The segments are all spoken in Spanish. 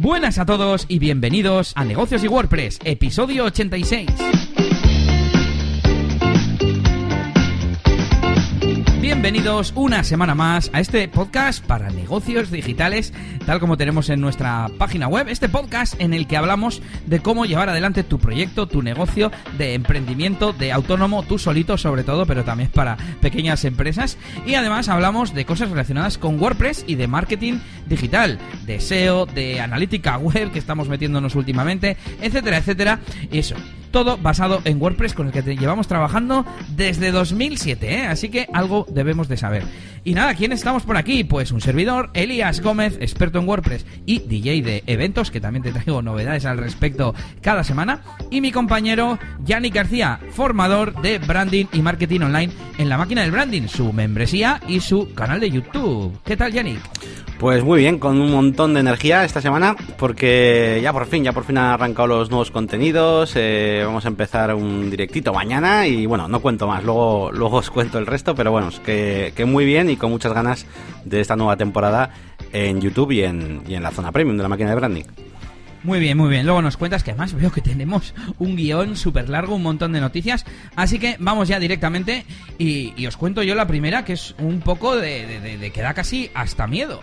Buenas a todos y bienvenidos a Negocios y WordPress, episodio 86. Bienvenidos una semana más a este podcast para negocios digitales, tal como tenemos en nuestra página web. Este podcast en el que hablamos de cómo llevar adelante tu proyecto, tu negocio de emprendimiento, de autónomo, tú solito sobre todo, pero también para pequeñas empresas. Y además hablamos de cosas relacionadas con WordPress y de marketing digital, de SEO, de analítica web que estamos metiéndonos últimamente, etcétera, etcétera. Y eso, todo basado en WordPress, con el que llevamos trabajando desde 2007, ¿eh? Así que algo debemos de saber. Y nada, ¿quién estamos por aquí? Pues un servidor, Elías Gómez, experto en WordPress y DJ de eventos, que también te traigo novedades al respecto cada semana. Y mi compañero, Yannick García, formador de branding y marketing online en La Máquina del Branding, su membresía y su canal de YouTube. ¿Qué tal, Yannick? Pues muy bien, con un montón de energía esta semana, porque ya por fin han arrancado los nuevos contenidos. Vamos a empezar un directito mañana y bueno, no cuento más, luego os cuento el resto, pero bueno, es que muy bien y con muchas ganas de esta nueva temporada en YouTube y en la zona premium de La Máquina de Branding. Muy bien, muy bien. Luego nos cuentas que además veo que tenemos un guión súper largo, un montón de noticias. Así que vamos ya directamente y os cuento yo la primera, que es un poco de que da casi hasta miedo.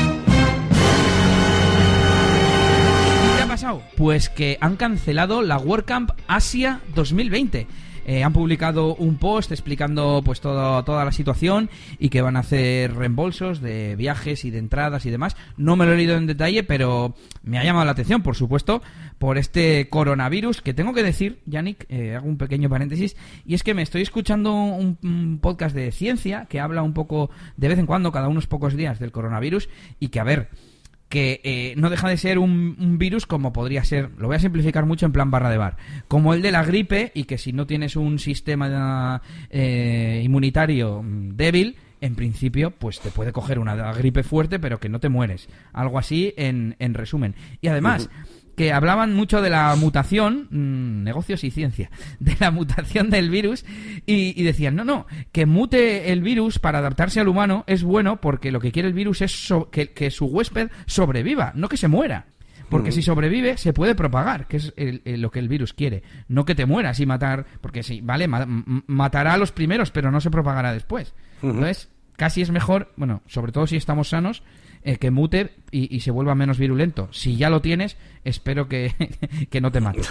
¿Qué ha pasado? Pues que han cancelado la WordCamp Asia 2020. Han publicado un post explicando pues toda la situación y que van a hacer reembolsos de viajes y de entradas y demás. No me lo he leído en detalle, pero me ha llamado la atención, por supuesto, por este coronavirus, que tengo que decir, Yannick, hago un pequeño paréntesis, y es que me estoy escuchando un podcast de ciencia que habla un poco de vez en cuando, cada unos pocos días, del coronavirus, y que, a ver, que no deja de ser un virus como podría ser, lo voy a simplificar mucho en plan barra de bar, como el de la gripe, y que si no tienes un sistema inmunitario débil, en principio pues te puede coger una gripe fuerte, pero que no te mueres. Algo así en resumen. Y además, que hablaban mucho de la mutación, negocios y ciencia, de la mutación del virus, y decían, no, que mute el virus para adaptarse al humano es bueno, porque lo que quiere el virus es que su huésped sobreviva, no que se muera. Porque si sobrevive, se puede propagar, que es lo que el virus quiere. No que te mueras y matar, porque sí, vale, matará a los primeros, pero no se propagará después. Entonces, casi es mejor, bueno, sobre todo si estamos sanos, que mute y se vuelva menos virulento. Si ya lo tienes, espero que no te mate.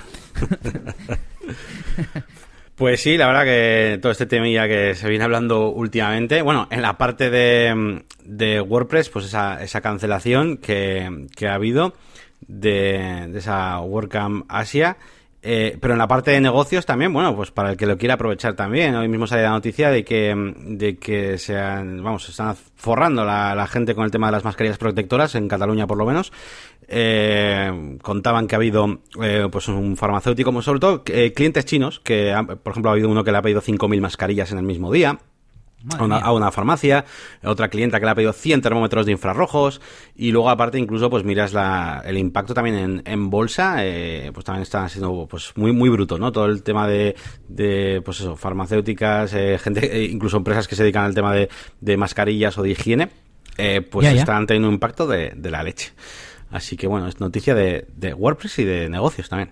Pues sí, la verdad que todo este temilla que se viene hablando últimamente, bueno, en la parte de WordPress, pues esa cancelación que ha habido de esa WordCamp Asia. Pero en la parte de negocios también, bueno, pues para el que lo quiera aprovechar también. Hoy mismo sale la noticia de que se están forrando la gente con el tema de las mascarillas protectoras, en Cataluña por lo menos. Contaban que ha habido pues un farmacéutico, sobre todo clientes chinos, que por ejemplo ha habido uno que le ha pedido 5.000 mascarillas en el mismo día. A una farmacia, otra clienta que le ha pedido 100 termómetros de infrarrojos, y luego aparte incluso pues miras el impacto también en bolsa, pues también está siendo pues muy bruto, ¿no? Todo el tema de pues eso, farmacéuticas, gente, incluso empresas que se dedican al tema de mascarillas o de higiene, pues están teniendo un impacto de la leche. Así que bueno, es noticia de WordPress y de negocios también.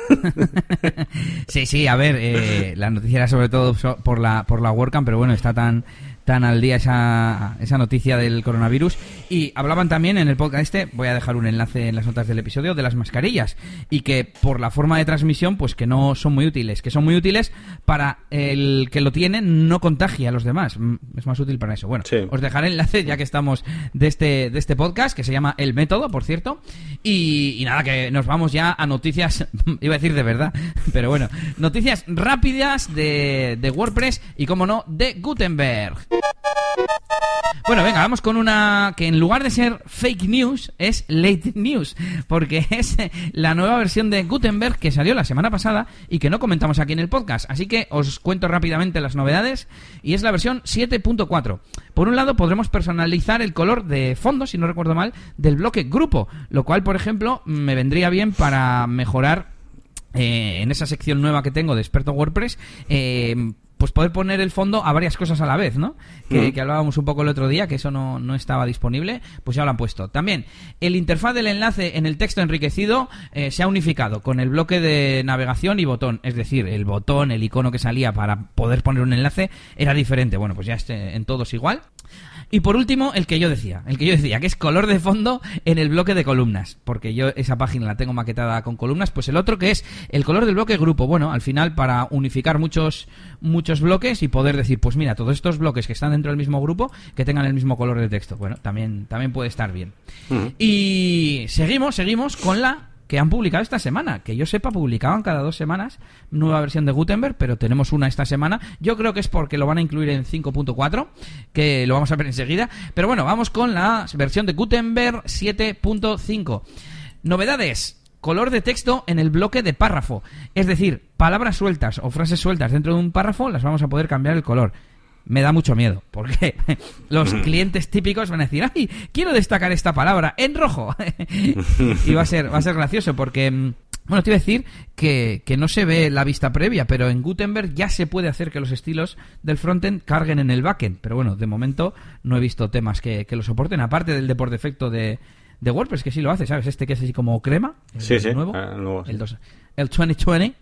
Sí, a ver, la noticia era sobre todo por la WordCamp, pero bueno, está tan al día esa noticia del coronavirus. Y hablaban también en el podcast voy a dejar un enlace en las notas del episodio, de las mascarillas, y que por la forma de transmisión pues que no son muy útiles, que son muy útiles para el que lo tiene, no contagia a los demás, es más útil para eso. Bueno, sí. Os dejaré el enlace ya que estamos de este podcast, que se llama El Método, por cierto. Y nada, que nos vamos ya a noticias, iba a decir de verdad, pero bueno, noticias rápidas de WordPress y, como no, de Gutenberg. Bueno, venga, vamos con una que en lugar de ser fake news es late news, porque es la nueva versión de Gutenberg que salió la semana pasada y que no comentamos aquí en el podcast, así que os cuento rápidamente las novedades, y es la versión 7.4. Por un lado, podremos personalizar el color de fondo, si no recuerdo mal, del bloque grupo, lo cual, por ejemplo, me vendría bien para mejorar en esa sección nueva que tengo de experto WordPress, pues poder poner el fondo a varias cosas a la vez, ¿no? Que hablábamos un poco el otro día, que eso no estaba disponible, pues ya lo han puesto. También, el interfaz del enlace en el texto enriquecido se ha unificado con el bloque de navegación y botón, es decir, el botón, el icono que salía para poder poner un enlace era diferente. Bueno, pues ya en todos igual. Y por último, el que yo decía, que es color de fondo en el bloque de columnas, porque yo esa página la tengo maquetada con columnas. Pues el otro, que es el color del bloque grupo. Bueno, al final, para unificar muchos bloques y poder decir, pues mira, todos estos bloques que están dentro del mismo grupo, que tengan el mismo color de texto. Bueno, también puede estar bien. Y seguimos con la que han publicado esta semana. Que yo sepa, publicaban cada 2 semanas nueva versión de Gutenberg, pero tenemos una esta semana. Yo creo que es porque lo van a incluir en 5.4, que lo vamos a ver enseguida. Pero bueno, vamos con la versión de Gutenberg 7.5. Novedades: color de texto en el bloque de párrafo. Es decir, palabras sueltas o frases sueltas dentro de un párrafo las vamos a poder cambiar el color. Me da mucho miedo, porque los clientes típicos van a decir, ¡ay, quiero destacar esta palabra en rojo! Y va a ser gracioso, porque, bueno, te iba a decir que no se ve la vista previa, pero en Gutenberg ya se puede hacer que los estilos del frontend carguen en el backend. Pero bueno, de momento no he visto temas que lo soporten, aparte del de por defecto de WordPress, que sí lo hace, ¿sabes? Este que es así como crema. El nuevo. El 2020.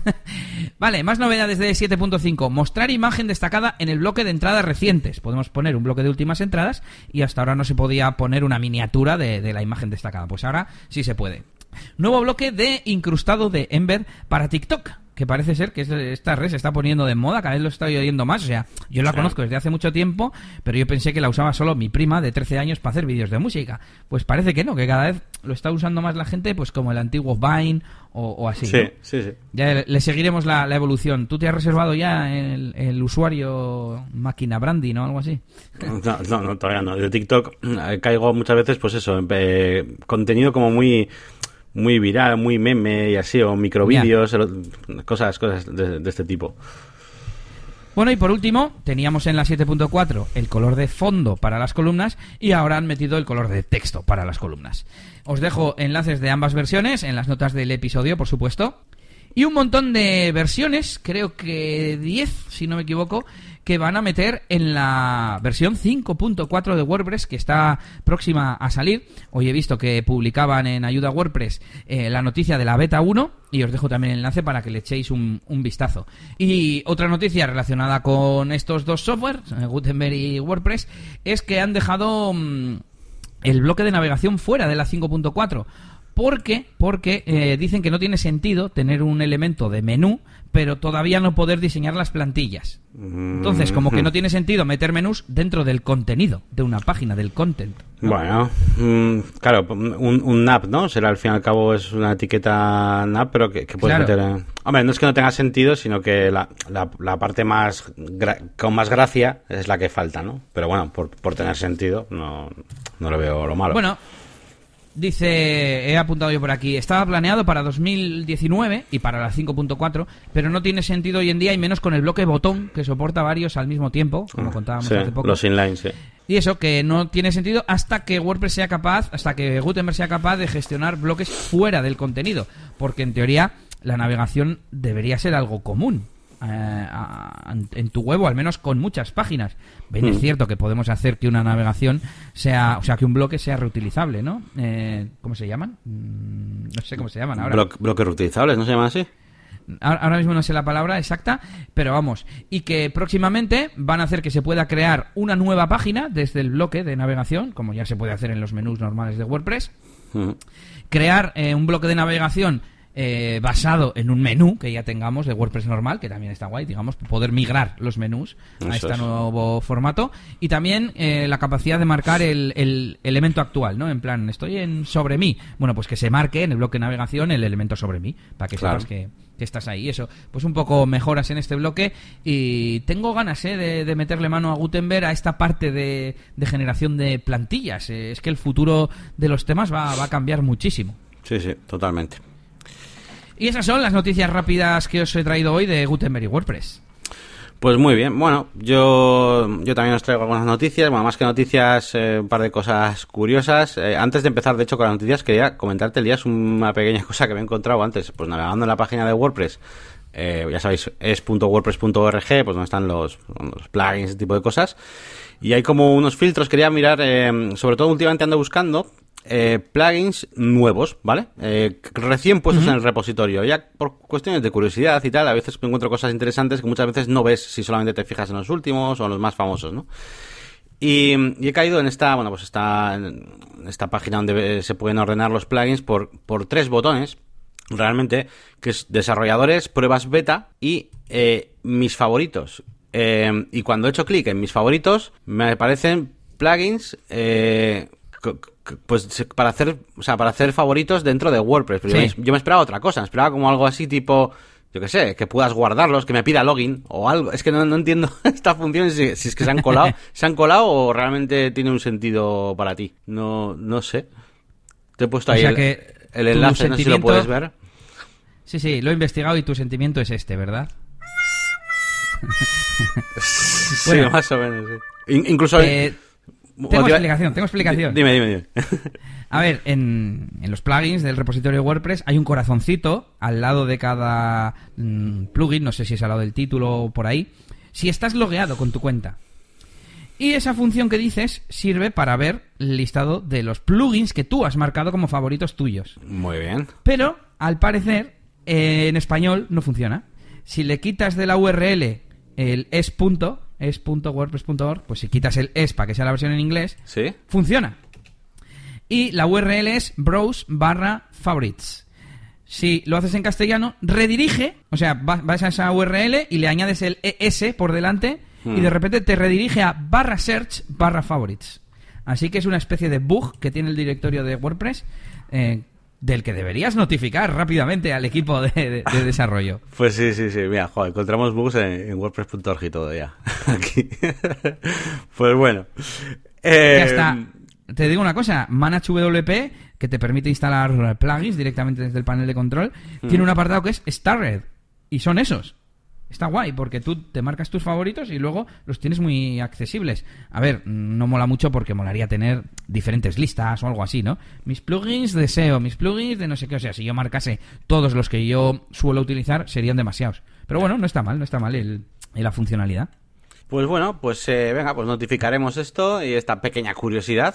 Vale, más novedades de 7.5. Mostrar imagen destacada en el bloque de entradas recientes. Podemos poner un bloque de últimas entradas y hasta ahora no se podía poner una miniatura de la imagen destacada. Pues ahora sí se puede. Nuevo bloque de incrustado de Embed para TikTok, que parece ser que esta red se está poniendo de moda, cada vez lo estoy oyendo más. O sea, yo la conozco desde hace mucho tiempo, pero yo pensé que la usaba solo mi prima de 13 años para hacer vídeos de música. Pues parece que no, que cada vez lo está usando más la gente, pues como el antiguo Vine o así. Sí, ¿no? sí. Ya le seguiremos la evolución. ¿Tú te has reservado ya el usuario máquina brandy, no? Algo así. No, todavía no. De TikTok caigo muchas veces, pues eso, contenido como muy viral, muy meme y así, o microvídeos, cosas de este tipo. Bueno, y por último, teníamos en la 7.4 el color de fondo para las columnas y ahora han metido el color de texto para las columnas. Os dejo enlaces de ambas versiones en las notas del episodio, por supuesto. Y un montón de versiones, creo que 10, si no me equivoco, que van a meter en la versión 5.4 de WordPress, que está próxima a salir. Hoy he visto que publicaban en Ayuda WordPress la noticia de la beta 1, y os dejo también el enlace para que le echéis un vistazo. Y otra noticia relacionada con estos dos softwares, Gutenberg y WordPress, es que han dejado el bloque de navegación fuera de la 5.4. ¿Por qué? Porque dicen que no tiene sentido tener un elemento de menú, pero todavía no poder diseñar las plantillas. Entonces, como que no tiene sentido meter menús dentro del contenido de una página, del content, ¿no? Bueno, claro, un nav, ¿no? Será al fin y al cabo es una etiqueta nav, pero que puedes meter en... Hombre, no es que no tenga sentido, sino que la parte más con más gracia es la que falta, ¿no? Pero bueno, por tener sentido, no le veo lo malo. Bueno, dice, he apuntado yo por aquí, estaba planeado para 2019 y para la 5.4, pero no tiene sentido hoy en día, y menos con el bloque botón, que soporta varios al mismo tiempo, como contábamos hace poco. Los inline, sí. Y eso, que no tiene sentido hasta que WordPress sea capaz, hasta que Gutenberg sea capaz de gestionar bloques fuera del contenido, porque en teoría la navegación debería ser algo común en tu web, o al menos con muchas páginas. Bien, es cierto que podemos hacer que una navegación sea, o sea, que un bloque sea reutilizable, ¿no? ¿Cómo se llaman? No sé cómo se llaman ahora. ¿Bloques reutilizables, no se llaman así? Ahora mismo no sé la palabra exacta, pero vamos, y que próximamente van a hacer que se pueda crear una nueva página desde el bloque de navegación, como ya se puede hacer en los menús normales de WordPress. Crear un bloque de navegación basado en un menú que ya tengamos de WordPress normal, que también está guay, digamos, poder migrar los menús a este nuevo formato, y también la capacidad de marcar el elemento actual, ¿no? En plan, estoy en sobre mí. Bueno, pues que se marque en el bloque de navegación el elemento sobre mí, para que sepas que estás ahí. Eso, pues un poco mejoras en este bloque, y tengo ganas de meterle mano a Gutenberg a esta parte de generación de plantillas. Es que el futuro de los temas va a cambiar muchísimo. Sí, totalmente. Y esas son las noticias rápidas que os he traído hoy de Gutenberg y WordPress. Pues muy bien. Bueno, yo también os traigo algunas noticias. Bueno, más que noticias, un par de cosas curiosas. Antes de empezar, de hecho, con las noticias, quería comentarte, Elías, una pequeña cosa que me he encontrado antes. Pues navegando en la página de WordPress, ya sabéis, es.wordpress.org, pues donde están los plugins, ese tipo de cosas. Y hay como unos filtros, quería mirar, sobre todo últimamente ando buscando plugins nuevos, ¿vale? Recién puestos en el repositorio. Ya por cuestiones de curiosidad y tal, a veces me encuentro cosas interesantes que muchas veces no ves si solamente te fijas en los últimos o en los más famosos, ¿no? Y he caído en esta página donde se pueden ordenar los plugins por 3 botones, realmente, que es desarrolladores, pruebas beta y mis favoritos. Y cuando he hecho clic en mis favoritos, me aparecen plugins pues para hacer favoritos dentro de WordPress. Pero sí. Yo me esperaba otra cosa, me esperaba como algo así tipo, yo qué sé, que puedas guardarlos, que me pida login o algo. Es que no entiendo esta función, si es que se han colado o realmente tiene un sentido para ti. No sé. Te he puesto ahí el enlace, no sé si lo puedes ver. Sí, lo he investigado y tu sentimiento es este, ¿verdad? Sí, bueno, más o menos, sí. Incluso... Tengo explicación. Dime. A ver, en los plugins del repositorio de WordPress hay un corazoncito al lado de cada plugin, no sé si es al lado del título o por ahí, si estás logueado con tu cuenta. Y esa función que dices sirve para ver el listado de los plugins que tú has marcado como favoritos tuyos. Muy bien. Pero, al parecer, en español no funciona. Si le quitas de la URL el es.wordpress.org, pues si quitas el es para que sea la versión en inglés, ¿sí? Funciona. Y la URL es browse/favorites. Si lo haces en castellano, redirige, o sea, vas a esa URL y le añades el es por delante y de repente te redirige a /search/favorites. Así que es una especie de bug que tiene el directorio de WordPress, del que deberías notificar rápidamente al equipo de desarrollo. Pues sí. Mira, encontramos bugs en WordPress.org y todo ya. Aquí. Pues bueno. Ya está. Te digo una cosa, ManageWP, que te permite instalar plugins directamente desde el panel de control, tiene un apartado que es Started. Y son esos. Está guay, porque tú te marcas tus favoritos y luego los tienes muy accesibles. A ver, no mola mucho porque molaría tener diferentes listas o algo así, ¿no? Mis plugins de SEO, mis plugins de no sé qué. O sea, si yo marcase todos los que yo suelo utilizar, serían demasiados. Pero bueno, no está mal la funcionalidad. Pues bueno, venga, pues notificaremos esto y esta pequeña curiosidad.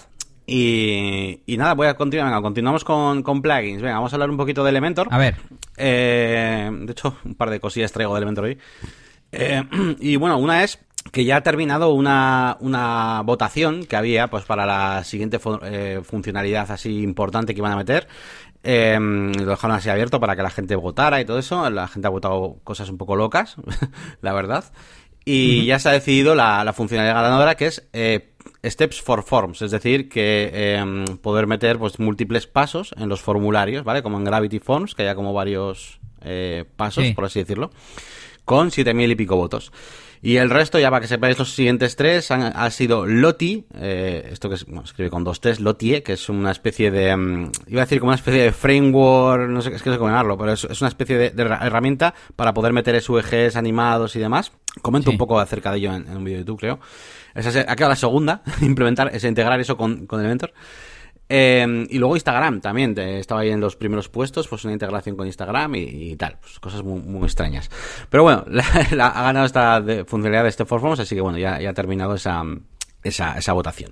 Y nada, voy a continuar. Venga, continuamos con plugins. Venga, vamos a hablar un poquito de Elementor. A ver. De hecho, un par de cosillas traigo de Elementor hoy. Y bueno, una es que ya ha terminado una votación que había pues para la siguiente funcionalidad así importante que iban a meter. Lo dejaron así abierto para que la gente votara y todo eso. La gente ha votado cosas un poco locas, la verdad. Y ya se ha decidido la funcionalidad ganadora, que es Steps for Forms, es decir, que poder meter pues múltiples pasos en los formularios, ¿vale? Como en Gravity Forms, que haya como varios pasos, por así decirlo, con 7.000 y pico votos. Y el resto, ya para que sepáis, los siguientes 3 ha sido Lottie, esto que escribe con 2 T's, Lottie, que es una especie de, iba a decir como una especie de framework, no sé, es que no sé cómo llamarlo, pero es una especie de herramienta para poder meter SVGs animados y demás. Comento un poco acerca de ello en un vídeo de YouTube, creo. Esa ha quedado la segunda, integrar eso con Elementor. Y luego Instagram también, estaba ahí en los primeros puestos, pues una integración con Instagram y tal, pues cosas muy extrañas. Pero bueno, ha ganado esta funcionalidad de este Forms, así que bueno, ya ha terminado esa votación.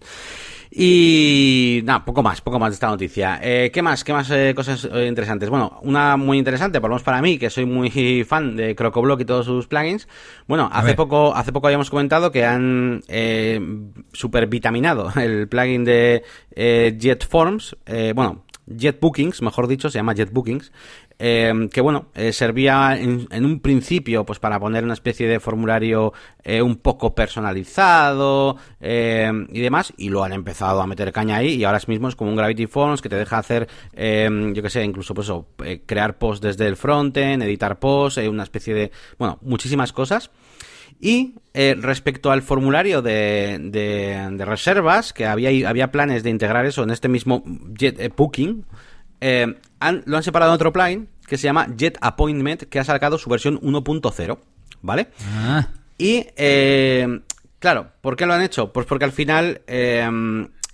Y nada, poco más de esta noticia. ¿Qué más cosas interesantes? Bueno, una muy interesante, por lo menos para mí, que soy muy fan de CrocoBlock y todos sus plugins. Bueno, hace poco habíamos comentado que han supervitaminado el plugin de JetForms, JetBookings, mejor dicho, se llama JetBookings, que bueno, servía en un principio pues para poner una especie de formulario un poco personalizado y demás, y lo han empezado a meter caña ahí, y ahora mismo es como un Gravity Forms que te deja hacer, yo que sé, incluso pues crear posts desde el frontend, editar posts, una especie de, bueno, muchísimas cosas. Y respecto al formulario de reservas, que había planes de integrar eso en este mismo JetBooking, lo han separado en otro plugin que se llama JetAppointment, que ha sacado su versión 1.0, ¿vale? Y claro, ¿por qué lo han hecho? Pues porque al final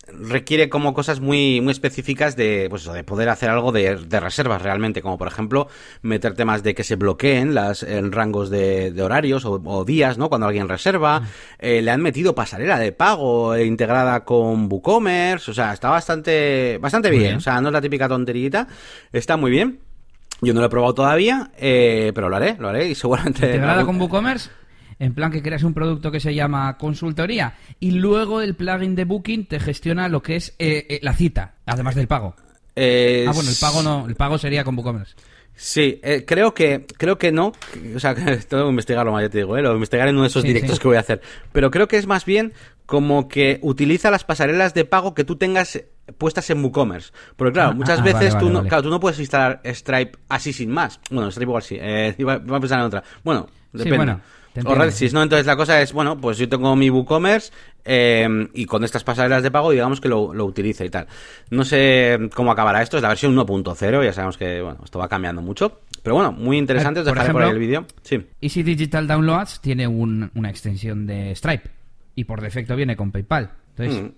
requiere como cosas muy, muy específicas de, pues, de poder hacer algo de reservas realmente, como por ejemplo meter temas de que se bloqueen en rangos de horarios o días, ¿no? Cuando alguien reserva. Le han metido pasarela de pago integrada con WooCommerce, o sea, está bastante bien. O sea, no es la típica tonterita, está muy bien. Yo no lo he probado todavía, pero lo haré y seguramente... ¿Integrada con WooCommerce? En plan que creas un producto que se llama consultoría y luego el plugin de Booking te gestiona lo que es la cita, además del pago. Bueno, el pago no, el pago sería con WooCommerce. Sí, creo que no, o sea, tengo que investigarlo más, ya te digo, lo investigaré en uno de esos directos que voy a hacer, pero creo que es más bien como que utiliza las pasarelas de pago que tú tengas puestas en WooCommerce, porque claro, muchas veces tú no puedes instalar Stripe así sin más. Bueno, Stripe igual sí, iba a pensar en otra. Bueno, depende. Sí, bueno. O RedSys, ¿no? Entonces la cosa es, bueno, pues yo tengo mi WooCommerce y con estas pasarelas de pago digamos que lo utilice y tal. No sé cómo acabará esto, es la versión 1.0, ya sabemos que, bueno, esto va cambiando mucho. Pero bueno, muy interesante, os dejaré por ahí el vídeo. Sí. Easy Digital Downloads tiene una extensión de Stripe y por defecto viene con PayPal. Entonces,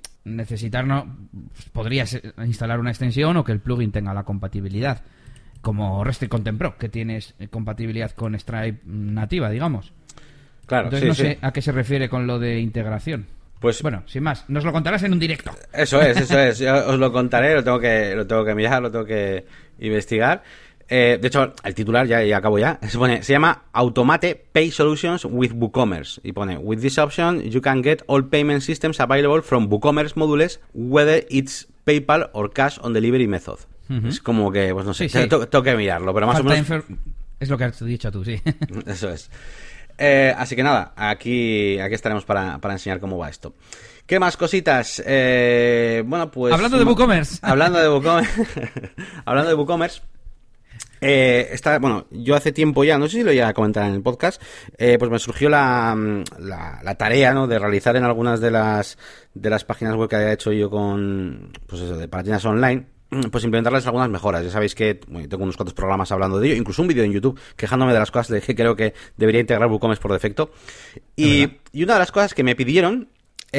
podrías instalar una extensión o que el plugin tenga la compatibilidad. Como Restrict Content Pro, que tienes compatibilidad con Stripe nativa, digamos. Claro, entonces no sé a qué se refiere con lo de integración. Pues bueno, sin más, nos lo contarás en un directo. Eso es. Yo os lo contaré, lo tengo que mirar, lo tengo que investigar. De hecho, el titular, ya acabo ya, se llama Automate Pay Solutions with WooCommerce. Y pone, with this option, you can get all payment systems available from WooCommerce modules, whether it's PayPal or cash on delivery method. Es como que, pues no sé, tengo que mirarlo, pero más o menos... Es lo que has dicho tú, sí. Eso es. Así que nada, aquí estaremos para enseñar cómo va esto. ¿Qué más cositas? Bueno, pues... Hablando de WooCommerce. Hablando de WooCommerce. Bueno, yo hace tiempo ya, no sé si lo iba a comentar en el podcast, pues me surgió la tarea, ¿no?, de realizar en algunas de las páginas web que había hecho yo con, pues eso, para tiendas online, pues implementarles algunas mejoras. Ya sabéis que tengo unos cuantos programas hablando de ello, incluso un vídeo en YouTube quejándome de las cosas de que creo que debería integrar WooCommerce por defecto. Y una de las cosas que me pidieron,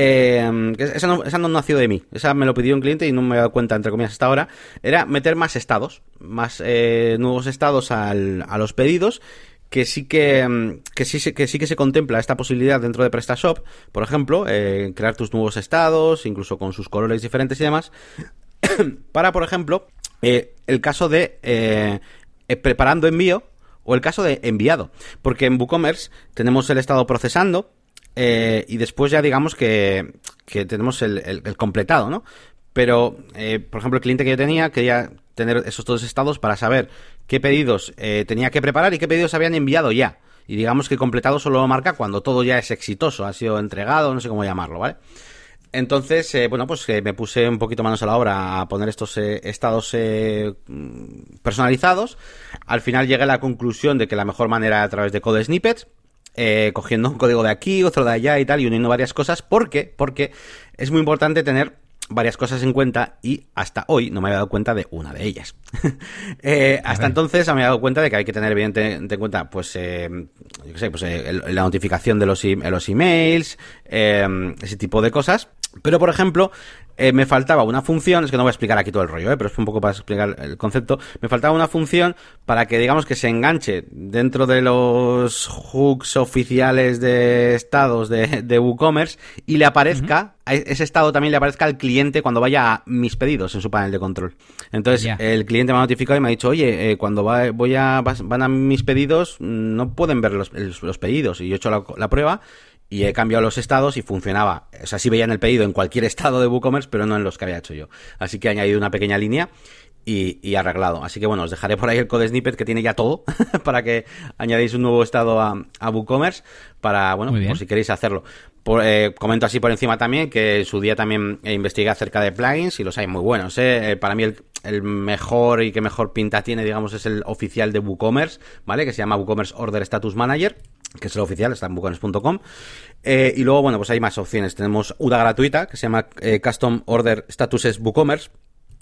esa no nació de mí, esa me lo pidió un cliente y no me he dado cuenta, entre comillas, hasta ahora, era meter más estados, nuevos estados a los pedidos. Que sí que se contempla esta posibilidad dentro de PrestaShop, por ejemplo, crear tus nuevos estados, incluso con sus colores diferentes y demás, para, por ejemplo, el caso de preparando envío o el caso de enviado, porque en WooCommerce tenemos el estado procesando y después ya digamos que tenemos el completado, ¿no? Pero, por ejemplo, el cliente que yo tenía quería tener esos dos estados para saber qué pedidos tenía que preparar y qué pedidos habían enviado ya. Y digamos que completado solo lo marca cuando todo ya es exitoso, ha sido entregado, no sé cómo llamarlo, ¿vale? Entonces, bueno, pues me puse un poquito manos a la obra a poner estos estados personalizados. Al final llegué a la conclusión de que la mejor manera era a través de code snippets, cogiendo un código de aquí, otro de allá y tal, y uniendo varias cosas, porque es muy importante tener varias cosas en cuenta y hasta hoy no me había dado cuenta de una de ellas. Hasta entonces me había dado cuenta de que hay que tener evidentemente en cuenta pues yo qué sé, pues la notificación de los emails, ese tipo de cosas. Pero, por ejemplo, me faltaba una función, es que no voy a explicar aquí todo el rollo, pero es un poco para explicar el concepto. Me faltaba una función para que, digamos, que se enganche dentro de los hooks oficiales de estados de WooCommerce y le aparezca, ese estado también le aparezca al cliente cuando vaya a mis pedidos en su panel de control. Entonces, el cliente me ha notificado y me ha dicho, oye, cuando van a mis pedidos, no pueden ver los pedidos. Y yo he hecho la prueba y he cambiado los estados y funcionaba. O sea, sí veían el pedido en cualquier estado de WooCommerce, pero no en los que había hecho yo. Así que he añadido una pequeña línea y arreglado. Así que bueno, os dejaré por ahí el code snippet que tiene ya todo para que añadáis un nuevo estado a WooCommerce para, bueno, por si queréis hacerlo. Comento así por encima también que en su día también investigué acerca de plugins y los hay muy buenos, para mí el mejor y que mejor pinta tiene, digamos, es el oficial de WooCommerce, ¿vale? Que se llama WooCommerce Order Status Manager, que es el oficial, está en woocommerce.com. Y luego, bueno, pues hay más opciones. Tenemos una gratuita que se llama Custom Order Statuses WooCommerce,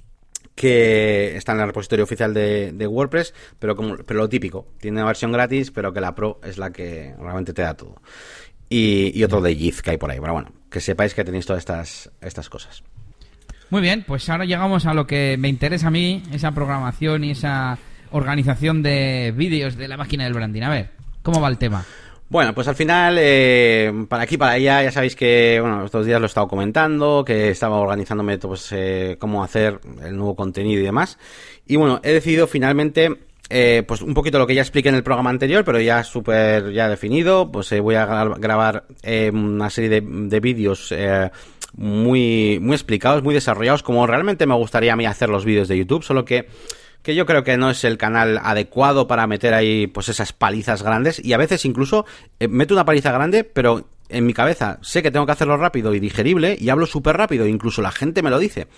que está en el repositorio oficial de WordPress, pero lo típico, tiene una versión gratis, pero que la Pro es la que realmente te da todo. Y otro de Gith que hay por ahí, pero bueno, que sepáis que tenéis todas estas cosas. Muy bien, pues ahora llegamos a lo que me interesa a mí, esa programación y esa organización de vídeos de la máquina del branding. A ver, ¿cómo va el tema? Bueno, pues al final, para aquí, para allá, ya sabéis que, bueno, estos días lo he estado comentando, que estaba organizándome, pues, cómo hacer el nuevo contenido y demás. Y bueno, he decidido finalmente, pues un poquito lo que ya expliqué en el programa anterior, pero ya súper ya definido, pues voy a grabar una serie de vídeos muy explicados, muy desarrollados, como realmente me gustaría a mí hacer los vídeos de YouTube, solo que yo creo que no es el canal adecuado para meter ahí pues esas palizas grandes, y a veces incluso meto una paliza grande, pero en mi cabeza sé que tengo que hacerlo rápido y digerible, y hablo súper rápido, incluso la gente me lo dice.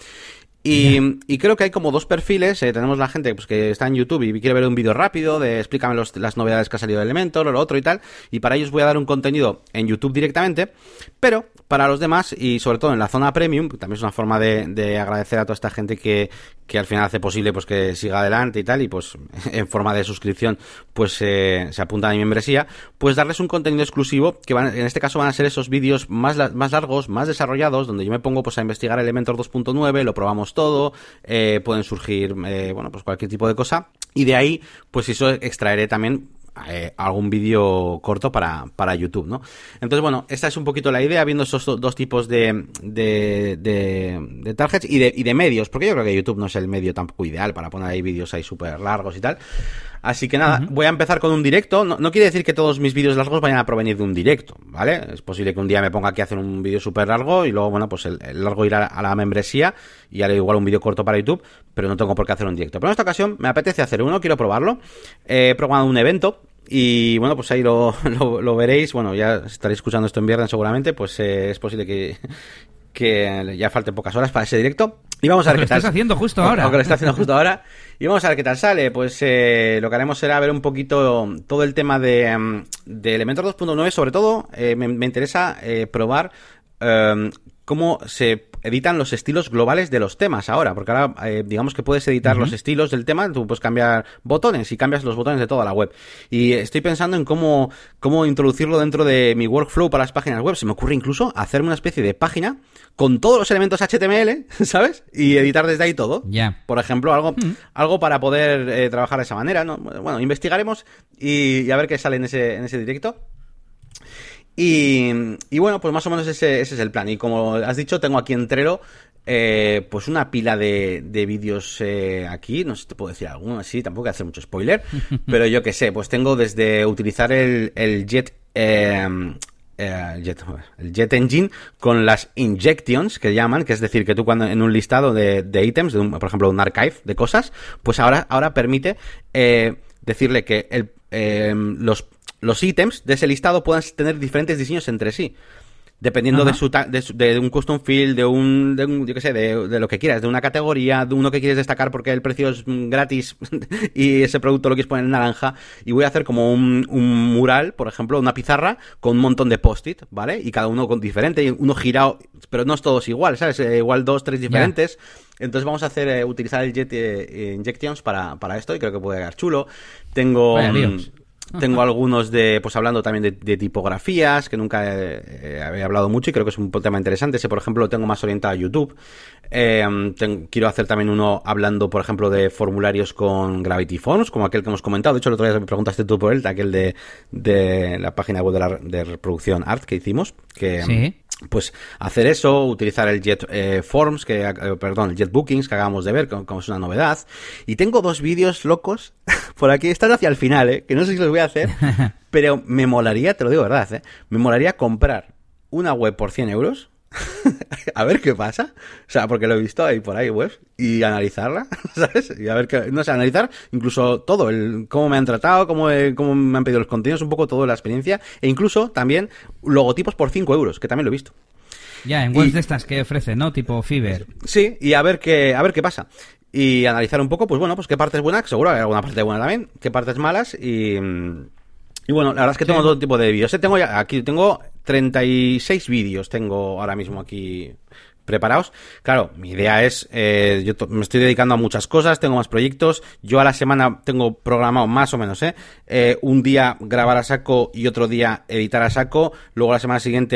Y creo que hay como dos perfiles. Tenemos la gente pues que está en YouTube y quiere ver un vídeo rápido de explícame las novedades que ha salido de Elementor o lo otro y tal, y para ellos voy a dar un contenido en YouTube directamente. Pero para los demás, y sobre todo en la zona premium, también es una forma de agradecer a toda esta gente que al final hace posible pues que siga adelante y tal, y pues en forma de suscripción pues se apunta a mi membresía, pues darles un contenido exclusivo que en este caso van a ser esos vídeos más largos, más desarrollados, donde yo me pongo pues a investigar Elementor 2.9, lo probamos todo, pueden surgir bueno, pues cualquier tipo de cosa, y de ahí pues eso extraeré también algún vídeo corto para YouTube, ¿no? Entonces, bueno, esta es un poquito la idea, viendo esos dos tipos de targets y de medios, porque yo creo que YouTube no es el medio tampoco ideal para poner ahí vídeos ahí súper largos y tal. Así que nada, voy a empezar con un directo. No quiere decir que todos mis vídeos largos vayan a provenir de un directo, ¿vale? Es posible que un día me ponga aquí a hacer un vídeo súper largo y luego, bueno, pues el largo irá a la membresía y haré igual un vídeo corto para YouTube, pero no tengo por qué hacer un directo. Pero en esta ocasión me apetece hacer uno, quiero probarlo. He programado un evento y, bueno, pues ahí lo veréis. Bueno, ya estaréis escuchando esto en viernes seguramente, pues es posible que ya falten pocas horas para ese directo. Y vamos a ver qué tal. Lo estás haciendo justo ahora. Aunque lo estás haciendo justo ahora. Y vamos a ver qué tal sale. Pues lo que haremos será ver un poquito todo el tema de Elementor 2.9. Sobre todo me interesa probar cómo se editan los estilos globales de los temas ahora, porque ahora digamos que puedes editar los estilos del tema, tú puedes cambiar botones y cambias los botones de toda la web, y estoy pensando en cómo introducirlo dentro de mi workflow para las páginas web. Se me ocurre incluso hacerme una especie de página con todos los elementos HTML, ¿sabes? Y editar desde ahí todo. Por ejemplo, algo para poder trabajar de esa manera, ¿no? Bueno, investigaremos y a ver qué sale en ese directo. Y bueno, pues más o menos ese es el plan. Y como has dicho, tengo aquí en Trello pues una pila de vídeos aquí. No sé si te puedo decir alguno así, tampoco voy a hacer mucho spoiler, pero yo qué sé, pues tengo desde utilizar el Jet Engine con las injections que llaman, que es decir, que tú cuando en un listado de ítems, por ejemplo un archive de cosas, pues ahora permite decirle que los ítems de ese listado puedan tener diferentes diseños entre sí, dependiendo de un custom field, yo qué sé, de lo que quieras, de una categoría, de uno que quieres destacar porque el precio es gratis y ese producto lo quieres poner en naranja. Y voy a hacer como un mural, por ejemplo, una pizarra con un montón de post-it, ¿vale? Y cada uno con diferente, uno girado, pero no es todos igual, ¿sabes? Igual 2, 3 diferentes. Entonces vamos a utilizar el Jet Injections para esto, y creo que puede quedar chulo. Tengo algunos pues hablando también de tipografías, que nunca había hablado mucho, y creo que es un tema interesante. Ese, por ejemplo, lo tengo más orientado a YouTube. Quiero hacer también uno hablando, por ejemplo, de formularios con Gravity Forms, como aquel que hemos comentado. De hecho, el otro día me preguntaste tú por él, aquel de la página web de reproducción Art que hicimos, que... Sí. Pues hacer eso, utilizar el Jet Forms, el Jet Bookings que acabamos de ver, como es una novedad. Y tengo 2 vídeos locos por aquí, están hacia el final, que no sé si los voy a hacer, pero me molaría, te lo digo verdad, me molaría comprar una web por 100 euros, a ver qué pasa, o sea, porque lo he visto ahí por ahí webs, y analizarla, ¿sabes? Y a ver qué, no sé, analizar incluso todo, cómo me han tratado, cómo me han pedido los contenidos, un poco toda la experiencia, e incluso también logotipos por 5 euros, que también lo he visto. Ya, en webs de estas que ofrecen, ¿no? Tipo Fiverr. Sí, y a ver qué pasa. Y analizar un poco, pues bueno, pues qué partes buenas, seguro hay alguna parte buena también, qué partes malas, y bueno, la verdad es que tengo todo tipo de vídeos. Tengo 36 vídeos, tengo ahora mismo aquí preparados. Claro, mi idea es, yo me estoy dedicando a muchas cosas, tengo más proyectos. Yo a la semana tengo programado más o menos, un día grabar a saco y otro día editar a saco. Luego la semana siguiente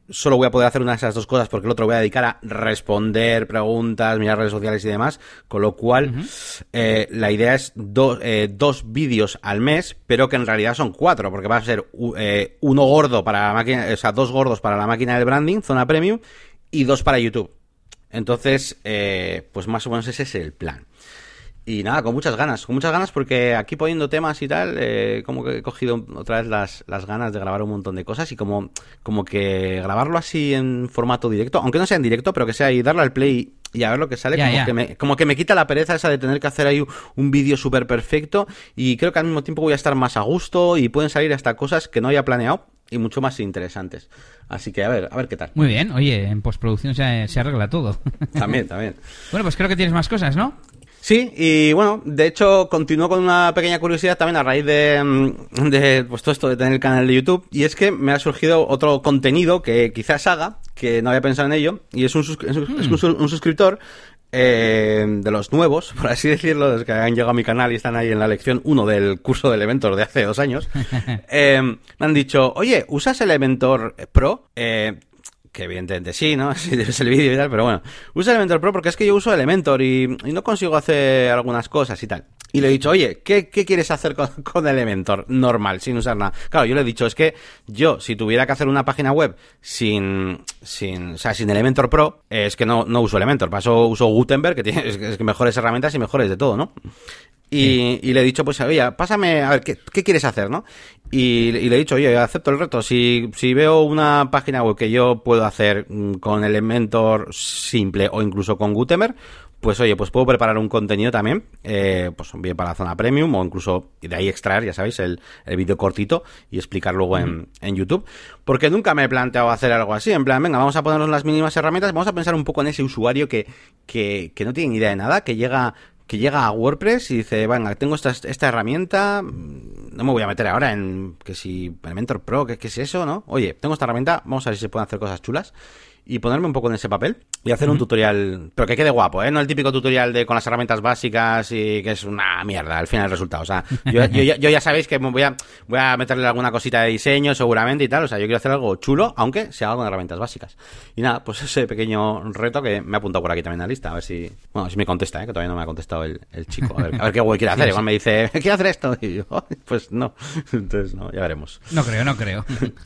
solo voy a poder hacer una de esas dos cosas porque el otro voy a dedicar a responder preguntas, mirar redes sociales y demás, con lo cual la idea es dos vídeos al mes, pero que en realidad son 4, porque va a ser uno gordo para la máquina, o sea, 2 gordos para la máquina del branding, zona premium, y 2 para YouTube. Entonces, pues más o menos ese es el plan. Y nada, con muchas ganas porque aquí poniendo temas y tal, como que he cogido otra vez las ganas de grabar un montón de cosas y como que grabarlo así en formato directo, aunque no sea en directo, pero que sea y darle al play y a ver lo que sale, como que me quita la pereza esa de tener que hacer ahí un vídeo súper perfecto, y creo que al mismo tiempo voy a estar más a gusto y pueden salir hasta cosas que no había planeado y mucho más interesantes. Así que a ver qué tal. Muy bien, oye, en postproducción se arregla todo. También. Bueno, pues creo que tienes más cosas, ¿no? Sí, y bueno, de hecho continúo con una pequeña curiosidad también a raíz de pues todo esto de tener el canal de YouTube, y es que me ha surgido otro contenido que quizás haga, que no había pensado en ello, y es un suscriptor de los nuevos, por así decirlo, los que han llegado a mi canal y están ahí en la lección 1 del curso de Elementor de hace 2 años, me han dicho, oye, ¿usas Elementor Pro? Que evidentemente sí, ¿no? Si ves el vídeo y tal, pero bueno, usa Elementor Pro porque es que yo uso Elementor y no consigo hacer algunas cosas y tal. Y le he dicho, oye, ¿qué quieres hacer con Elementor normal, sin usar nada? Claro, yo le he dicho, es que yo, si tuviera que hacer una página web sin Elementor Pro, es que no uso Elementor, para eso uso Gutenberg, que tiene es que mejores herramientas y mejores de todo, ¿no? Y le he dicho, pues, oye, pásame, a ver, ¿qué quieres hacer, no? Y le he dicho, oye, acepto el reto. Si veo una página web que yo puedo hacer con Elementor simple o incluso con Gutenberg, pues oye, pues puedo preparar un contenido también, pues bien para la zona premium o incluso de ahí extraer, ya sabéis, el vídeo cortito y explicar luego en YouTube. Porque nunca me he planteado hacer algo así, en plan, venga, vamos a ponernos las mínimas herramientas, vamos a pensar un poco en ese usuario que no tiene ni idea de nada, que llega a WordPress y dice, venga, tengo esta herramienta, no me voy a meter ahora en que si Elementor Pro, ¿qué es eso, no? Oye, tengo esta herramienta, vamos a ver si se pueden hacer cosas chulas y ponerme un poco en ese papel y hacer un tutorial, pero que quede guapo, ¿eh? No el típico tutorial de con las herramientas básicas y que es una mierda al final el resultado. O sea, yo ya sabéis que voy a meterle alguna cosita de diseño seguramente y tal. O sea, yo quiero hacer algo chulo, aunque sea algo con herramientas básicas. Y nada, pues ese pequeño reto que me ha apuntado por aquí también en la lista. A ver si me contesta, que todavía no me ha contestado el chico. A ver qué güey quiere hacer. Igual me dice, quiero hacer esto. Y yo, pues no. Entonces, no, ya veremos. No creo.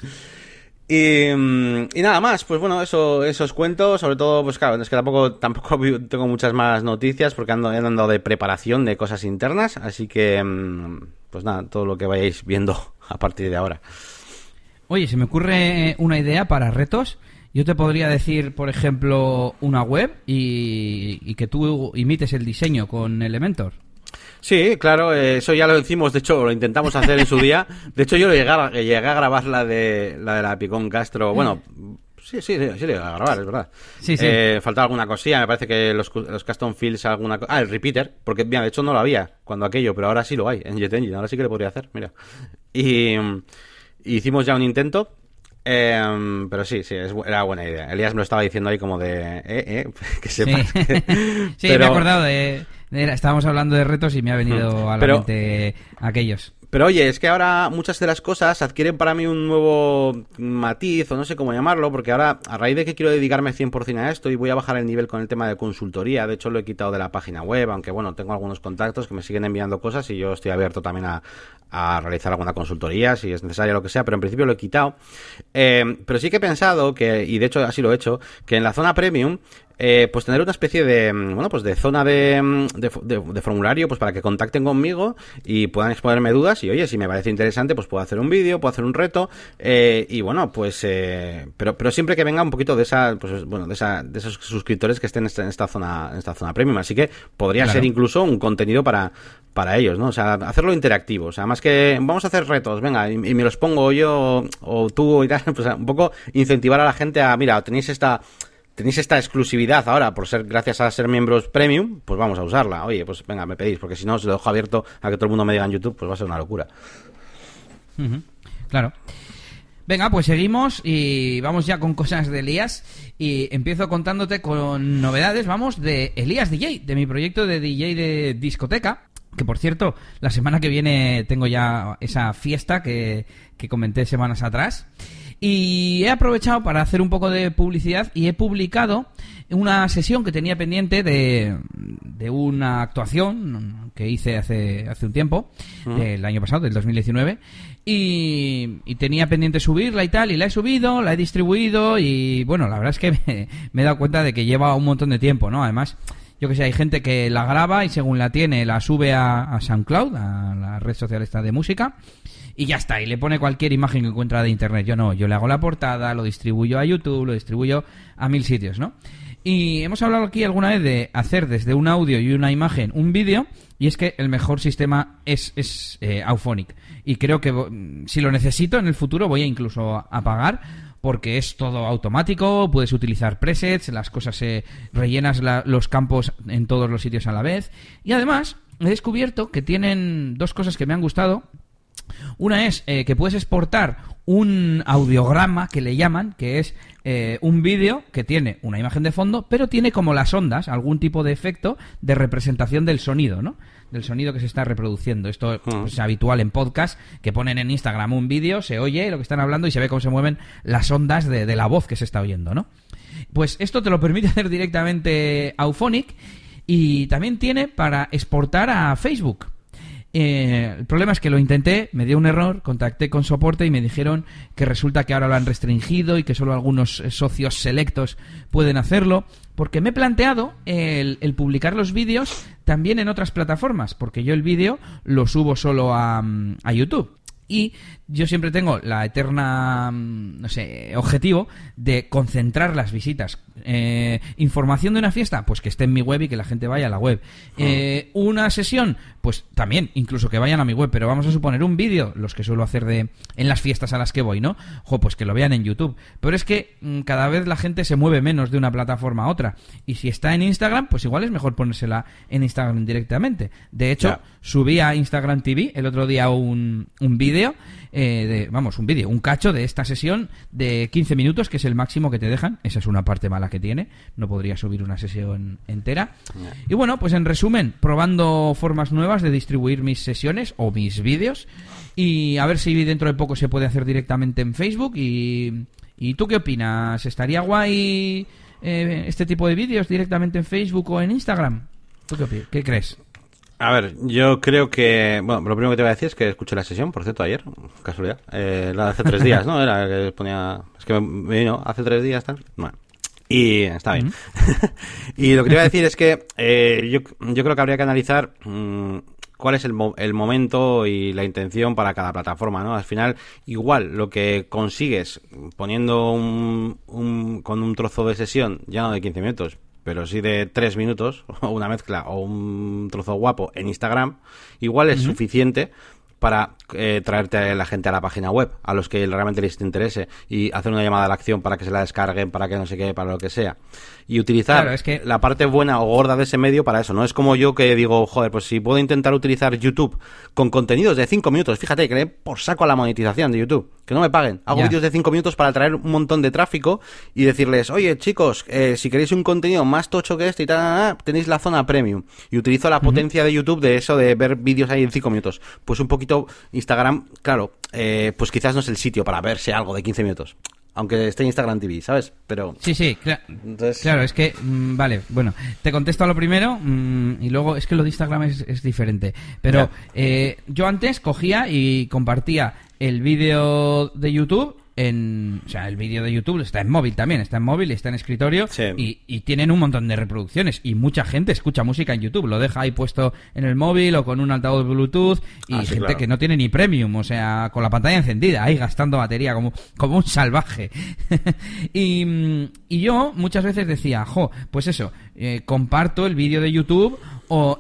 Y nada más, pues bueno, eso os cuento, sobre todo, pues claro, es que tampoco tengo muchas más noticias porque ando de preparación de cosas internas, así que, pues nada, todo lo que vayáis viendo a partir de ahora. Oye, se me ocurre una idea para retos. Yo te podría decir, por ejemplo, una web y que tú imites el diseño con Elementor. Sí, claro, eso ya lo hicimos, de hecho lo intentamos hacer en su día. De hecho yo llegué a grabar la de la Picón Castro. Bueno, sí, le llegué a grabar, es verdad. Sí. Faltaba alguna cosilla, me parece que los custom fields, el repeater, porque mira, de hecho no lo había cuando aquello, pero ahora sí lo hay en Jet Engine, ahora sí que lo podría hacer, mira. Y hicimos ya un intento. Pero sí, era buena idea. Elías me lo estaba diciendo ahí como de que sepas. Sí, pero... me he acordado estábamos hablando de retos y me ha venido a la mente aquellos. Pero oye, es que ahora muchas de las cosas adquieren para mí un nuevo matiz, o no sé cómo llamarlo, porque ahora, a raíz de que quiero dedicarme 100% a esto y voy a bajar el nivel con el tema de consultoría, de hecho lo he quitado de la página web, aunque bueno, tengo algunos contactos que me siguen enviando cosas y yo estoy abierto también a realizar alguna consultoría, si es necesario, lo que sea, pero en principio lo he quitado. Pero sí que he pensado y de hecho así lo he hecho, que en la zona premium, pues tener una especie de, pues de zona de formulario, pues para que contacten conmigo y puedan exponerme dudas y oye, si me parece interesante, pues puedo hacer un vídeo, puedo hacer un reto, y bueno, pues, pero siempre que venga un poquito de de esos suscriptores que estén en esta zona premium, así que podría ser incluso un contenido para ellos, ¿no? O sea, hacerlo interactivo, o sea, más que vamos a hacer retos, venga, y me los pongo yo o tú y tal, pues un poco incentivar a la gente a, mira, tenéis esta exclusividad ahora gracias a ser miembros premium, pues vamos a usarla. Oye, pues venga, me pedís, porque si no os lo dejo abierto a que todo el mundo me diga en YouTube, pues va a ser una locura. Claro. Venga, pues seguimos y vamos ya con cosas de Elías y empiezo contándote con novedades, vamos, de Elías DJ, de mi proyecto de DJ de discoteca, que por cierto, la semana que viene tengo ya esa fiesta que comenté semanas atrás. Y he aprovechado para hacer un poco de publicidad y he publicado una sesión que tenía pendiente de una actuación que hice hace un tiempo, el año pasado, del 2019, y tenía pendiente subirla y tal, y la he subido, la he distribuido, y bueno, la verdad es que me he dado cuenta de que lleva un montón de tiempo, ¿no? Además, yo que sé, hay gente que la graba y según la tiene la sube a SoundCloud, a la red social esta de música, y ya está, y le pone cualquier imagen que encuentra de internet. Yo no, yo le hago la portada, lo distribuyo a YouTube, lo distribuyo a 1000 sitios, ¿no? Y hemos hablado aquí alguna vez de hacer desde un audio y una imagen un vídeo, y es que el mejor sistema es Auphonic. Y creo que si lo necesito en el futuro voy a incluso a pagar, porque es todo automático, puedes utilizar presets, las cosas rellenas los campos en todos los sitios a la vez. Y además he descubierto que tienen dos cosas que me han gustado. Una es que puedes exportar un audiograma, que le llaman, que es un vídeo que tiene una imagen de fondo, pero tiene como las ondas, algún tipo de efecto de representación del sonido, ¿no? Del sonido que se está reproduciendo. Esto pues, es habitual en podcast, que ponen en Instagram un vídeo, se oye lo que están hablando y se ve cómo se mueven las ondas de la voz que se está oyendo, ¿no? Pues esto te lo permite hacer directamente Auphonic, y también tiene para exportar a Facebook. El problema es que lo intenté, me dio un error, contacté con soporte y me dijeron que resulta que ahora lo han restringido y que solo algunos socios selectos pueden hacerlo, porque me he planteado el publicar los vídeos también en otras plataformas, porque yo el vídeo lo subo solo a YouTube. Y yo siempre tengo la eterna, no sé, objetivo de concentrar las visitas. Información de una fiesta, pues que esté en mi web y que la gente vaya a la web. Una sesión, pues también, incluso que vayan a mi web. Pero vamos a suponer un vídeo, los que suelo hacer en las fiestas a las que voy, ¿no? Pues que lo vean en YouTube. Pero es que cada vez la gente se mueve menos de una plataforma a otra. Y si está en Instagram, pues igual es mejor ponérsela en Instagram directamente. De hecho, subí a Instagram TV el otro día un vídeo, un cacho de esta sesión de 15 minutos, que es el máximo que te dejan. Esa es una parte mala que tiene, no podría subir una sesión entera. Y bueno, pues en resumen, probando formas nuevas de distribuir mis sesiones o mis vídeos, y a ver si dentro de poco se puede hacer directamente en Facebook. ¿Y tú qué opinas? ¿Estaría guay este tipo de vídeos directamente en Facebook o en Instagram? ¿Tú qué crees? A ver, yo creo que... Bueno, lo primero que te voy a decir es que escuché la sesión, por cierto, ayer, casualidad. La de hace 3 días, ¿no? Era que ponía... Es que me vino hace 3 días, tal. Bueno, y está bien. Y lo que te iba a decir es que yo creo que habría que analizar cuál es el momento y la intención para cada plataforma, ¿no? Al final, igual, lo que consigues poniendo con un trozo de sesión, ya no de 15 minutos, pero sí de 3 minutos, o una mezcla, o un trozo guapo en Instagram, igual es suficiente para traerte a la gente a la página web, a los que realmente les interese, y hacer una llamada a la acción para que se la descarguen, para que no sé qué, para lo que sea. Y utilizar la parte buena o gorda de ese medio para eso. No es como yo que digo, joder, pues si puedo intentar utilizar YouTube con contenidos de 5 minutos, fíjate, que le por saco a la monetización de YouTube, que no me paguen. Hago vídeos de 5 minutos para atraer un montón de tráfico y decirles, oye, chicos, si queréis un contenido más tocho que este y tal, tenéis la zona premium. Y utilizo la potencia de YouTube de eso, de ver vídeos ahí en 5 minutos. Pues un poquito Instagram, claro, pues quizás no es el sitio para verse algo de 15 minutos. Aunque esté en Instagram TV, ¿sabes? Pero... Sí, entonces... Claro, es que... vale, bueno, te contesto a lo primero y luego es que lo de Instagram es diferente. Pero yo antes cogía y compartía el vídeo de YouTube o sea, el vídeo de YouTube está en móvil también, está en móvil y está en escritorio, y tienen un montón de reproducciones, y mucha gente escucha música en YouTube, lo deja ahí puesto en el móvil o con un altavoz Bluetooth, y gente que no tiene ni premium, o sea, con la pantalla encendida, ahí gastando batería como un salvaje. y yo muchas veces decía, pues eso, comparto el vídeo de YouTube o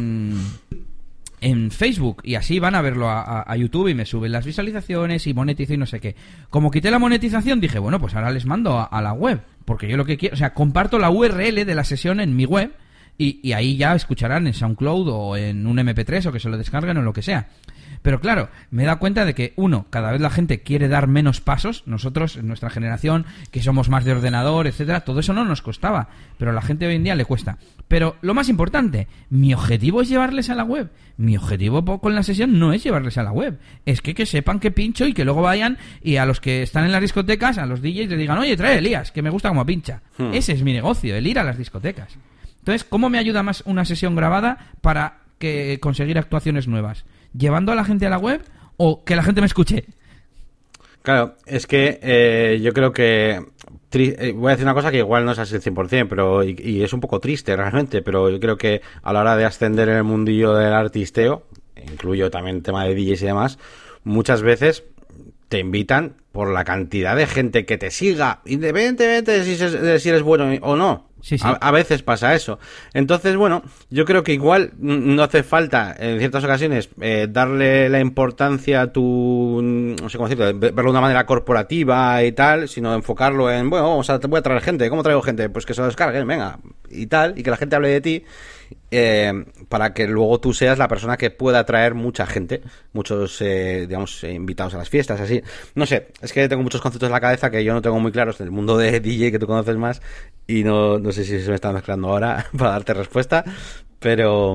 en Facebook, y así van a verlo a YouTube y me suben las visualizaciones y monetizo y no sé qué. Como quité la monetización, dije, bueno, pues ahora les mando a la web, porque yo lo que quiero, o sea, comparto la URL de la sesión en mi web, y ahí ya escucharán en SoundCloud o en un MP3 o que se lo descarguen o lo que sea. Pero claro, me he dado cuenta de que, cada vez la gente quiere dar menos pasos. Nosotros, en nuestra generación, que somos más de ordenador, etcétera, todo eso no nos costaba. Pero a la gente hoy en día le cuesta. Pero lo más importante, mi objetivo es llevarles a la web. Mi objetivo con la sesión no es llevarles a la web. Es que sepan que pincho y que luego vayan y a los que están en las discotecas, a los DJs, les digan, oye, trae Elías, que me gusta como pincha. Ese es mi negocio, el ir a las discotecas. Entonces, ¿cómo me ayuda más una sesión grabada para conseguir actuaciones nuevas? ¿Llevando a la gente a la web o que la gente me escuche? Claro, es que yo creo que... voy a decir una cosa que igual no es así el 100%, pero y es un poco triste realmente, pero yo creo que a la hora de ascender en el mundillo del artisteo, incluyo también el tema de DJs y demás, muchas veces te invitan por la cantidad de gente que te siga, independientemente de si eres bueno o no. Sí. A veces pasa eso. Entonces, bueno, yo creo que igual no hace falta, en ciertas ocasiones, darle la importancia a tu, no sé cómo decirlo, verlo de una manera corporativa y tal, sino enfocarlo en, bueno, voy a traer gente. ¿Cómo traigo gente? Pues que se lo descarguen, venga, y tal, y que la gente hable de ti, para que luego tú seas la persona que pueda atraer mucha gente, muchos, digamos, invitados a las fiestas, así. No sé, es que tengo muchos conceptos en la cabeza que yo no tengo muy claros del mundo de DJ que tú conoces más, y no sé si se me está mezclando ahora para darte respuesta, pero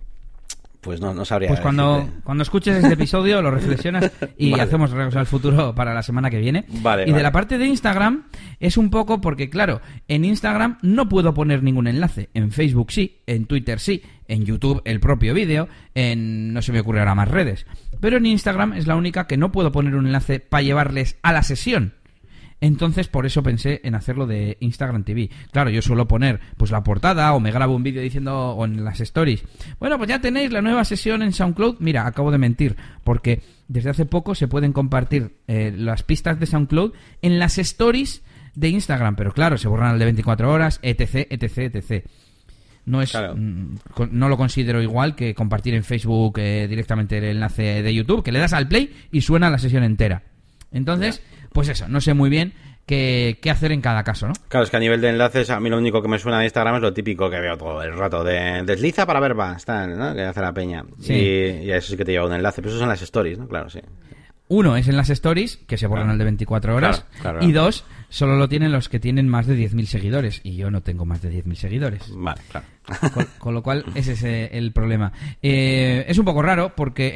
pues no sabría. Pues cuando escuches este episodio lo reflexionas y vale. Hacemos regreso al futuro para la semana que viene. Vale, de la parte de Instagram es un poco porque, claro, en Instagram no puedo poner ningún enlace. En Facebook sí, en Twitter sí, en YouTube el propio vídeo, no se me ocurre ahora más redes. Pero en Instagram es la única que no puedo poner un enlace para llevarles a la sesión. Entonces, por eso pensé en hacerlo de Instagram TV. Claro, yo suelo poner pues la portada o me grabo un vídeo diciendo, o en las stories, bueno, pues ya tenéis la nueva sesión en SoundCloud. Mira, acabo de mentir, porque desde hace poco se pueden compartir las pistas de SoundCloud en las stories de Instagram, pero claro, se borran al de 24 horas, etc. No es, claro. No lo considero igual que compartir en Facebook directamente el enlace de YouTube, que le das al play y suena la sesión entera. Entonces, pues eso, no sé muy bien qué hacer en cada caso, ¿no? Claro, es que a nivel de enlaces, a mí lo único que me suena de Instagram es lo típico que veo todo el rato, de desliza para ver más, ¿no? Que hace la peña. Sí. Y a eso sí que te lleva un enlace, pero eso son las stories, ¿no? Claro, sí. Uno es en las stories, que se borran al de 24 horas, claro. Y dos, solo lo tienen los que tienen más de 10.000 seguidores, y yo no tengo más de 10.000 seguidores. Vale, claro. Con lo cual, ese es el problema. Es un poco raro, porque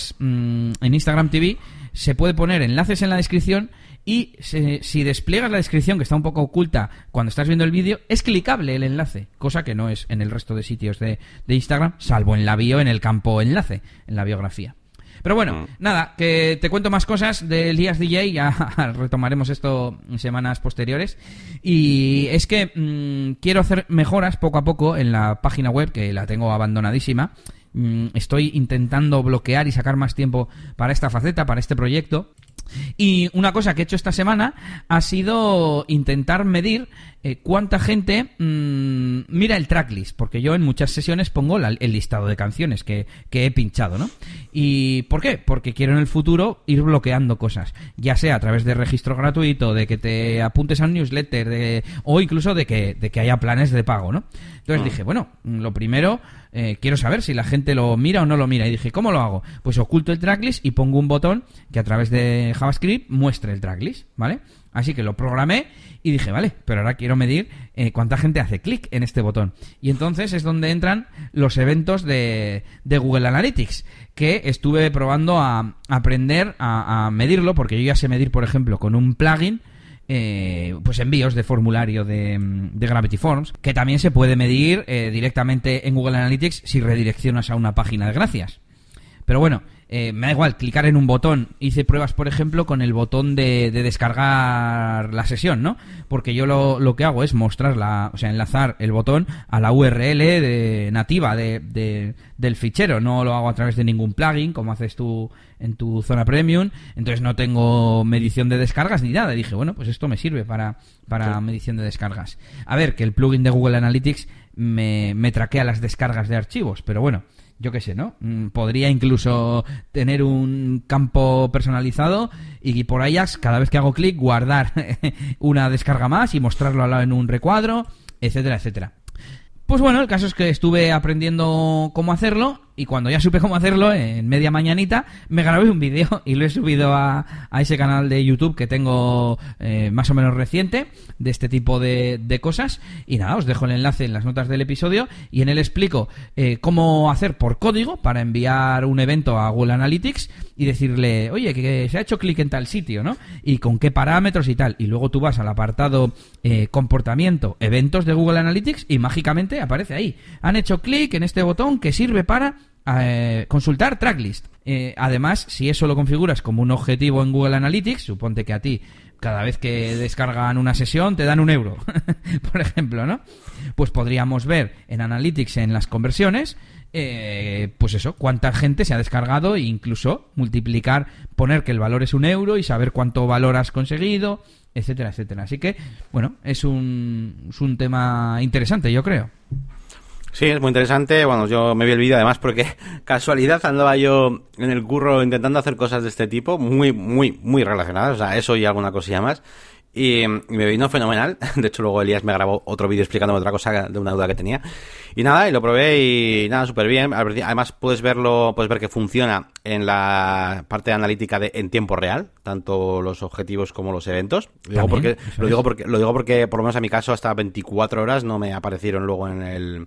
en Instagram TV se puede poner enlaces en la descripción y si despliegas la descripción, que está un poco oculta cuando estás viendo el vídeo, es clicable el enlace, cosa que no es en el resto de sitios de Instagram, salvo en la bio, en el campo enlace, en la biografía. Pero bueno, nada, que te cuento más cosas de Elías DJ, ya retomaremos esto en semanas posteriores. Y es que quiero hacer mejoras poco a poco en la página web, que la tengo abandonadísima. Estoy intentando bloquear y sacar más tiempo para esta faceta, para este proyecto. Y una cosa que he hecho esta semana ha sido intentar medir cuánta gente mira el tracklist, porque yo en muchas sesiones pongo el listado de canciones que he pinchado, ¿no? ¿Y por qué? Porque quiero en el futuro ir bloqueando cosas, ya sea a través de registro gratuito, de que te apuntes a un newsletter, o incluso de que haya planes de pago, ¿no? Entonces dije, bueno, lo primero, quiero saber si la gente lo mira o no lo mira. Y dije, ¿cómo lo hago? Pues oculto el tracklist y pongo un botón que a través de JavaScript muestre el tracklist, ¿vale? Así que lo programé y dije, vale, pero ahora quiero medir cuánta gente hace clic en este botón. Y entonces es donde entran los eventos de Google Analytics, que estuve probando a aprender a medirlo, porque yo ya sé medir, por ejemplo, con un plugin, pues envíos de formulario de Gravity Forms, que también se puede medir directamente en Google Analytics si redireccionas a una página de gracias. Pero bueno, me da igual clicar en un botón. Hice pruebas, por ejemplo, con el botón de descargar la sesión, ¿no? Porque yo lo que hago es mostrarla, o sea, enlazar el botón a la URL nativa del fichero. No lo hago a través de ningún plugin, como haces tú en tu zona premium. Entonces no tengo medición de descargas ni nada. Y dije, bueno, pues esto me sirve para medición de descargas. A ver, que el plugin de Google Analytics me traquea las descargas de archivos, pero bueno, yo qué sé, ¿no? Podría incluso tener un campo personalizado y por Ajax, cada vez que hago clic, guardar una descarga más y mostrarlo al lado en un recuadro, etcétera, etcétera. Pues bueno, el caso es que estuve aprendiendo cómo hacerlo y cuando ya supe cómo hacerlo, en media mañanita, me grabé un vídeo y lo he subido a ese canal de YouTube que tengo más o menos reciente de este tipo de cosas. Y nada, os dejo el enlace en las notas del episodio y en él explico cómo hacer por código para enviar un evento a Google Analytics y decirle, oye, que se ha hecho clic en tal sitio, ¿no? Y con qué parámetros y tal. Y luego tú vas al apartado comportamiento, eventos de Google Analytics y mágicamente aparece ahí. Han hecho clic en este botón que sirve para consultar tracklist. Además, si eso lo configuras como un objetivo en Google Analytics, suponte que a ti cada vez que descargan una sesión te dan €1, por ejemplo, ¿no? Pues podríamos ver en Analytics, en las conversiones, pues eso, cuánta gente se ha descargado e incluso multiplicar, poner que el valor es €1 y saber cuánto valor has conseguido, etcétera, etcétera. Así que, bueno, es un tema interesante, yo creo. Sí, es muy interesante. Bueno, yo me vi el vídeo además porque casualidad andaba yo en el curro intentando hacer cosas de este tipo, muy, muy, muy relacionadas, o sea, eso y alguna cosilla más. Y me vino fenomenal. De hecho, luego Elías me grabó otro vídeo explicándome otra cosa de una duda que tenía. Y nada, y lo probé y nada, súper bien. Además, puedes ver que funciona en la parte analítica en tiempo real, tanto los objetivos como los eventos. Lo digo porque, por lo menos en mi caso, hasta 24 horas no me aparecieron luego en el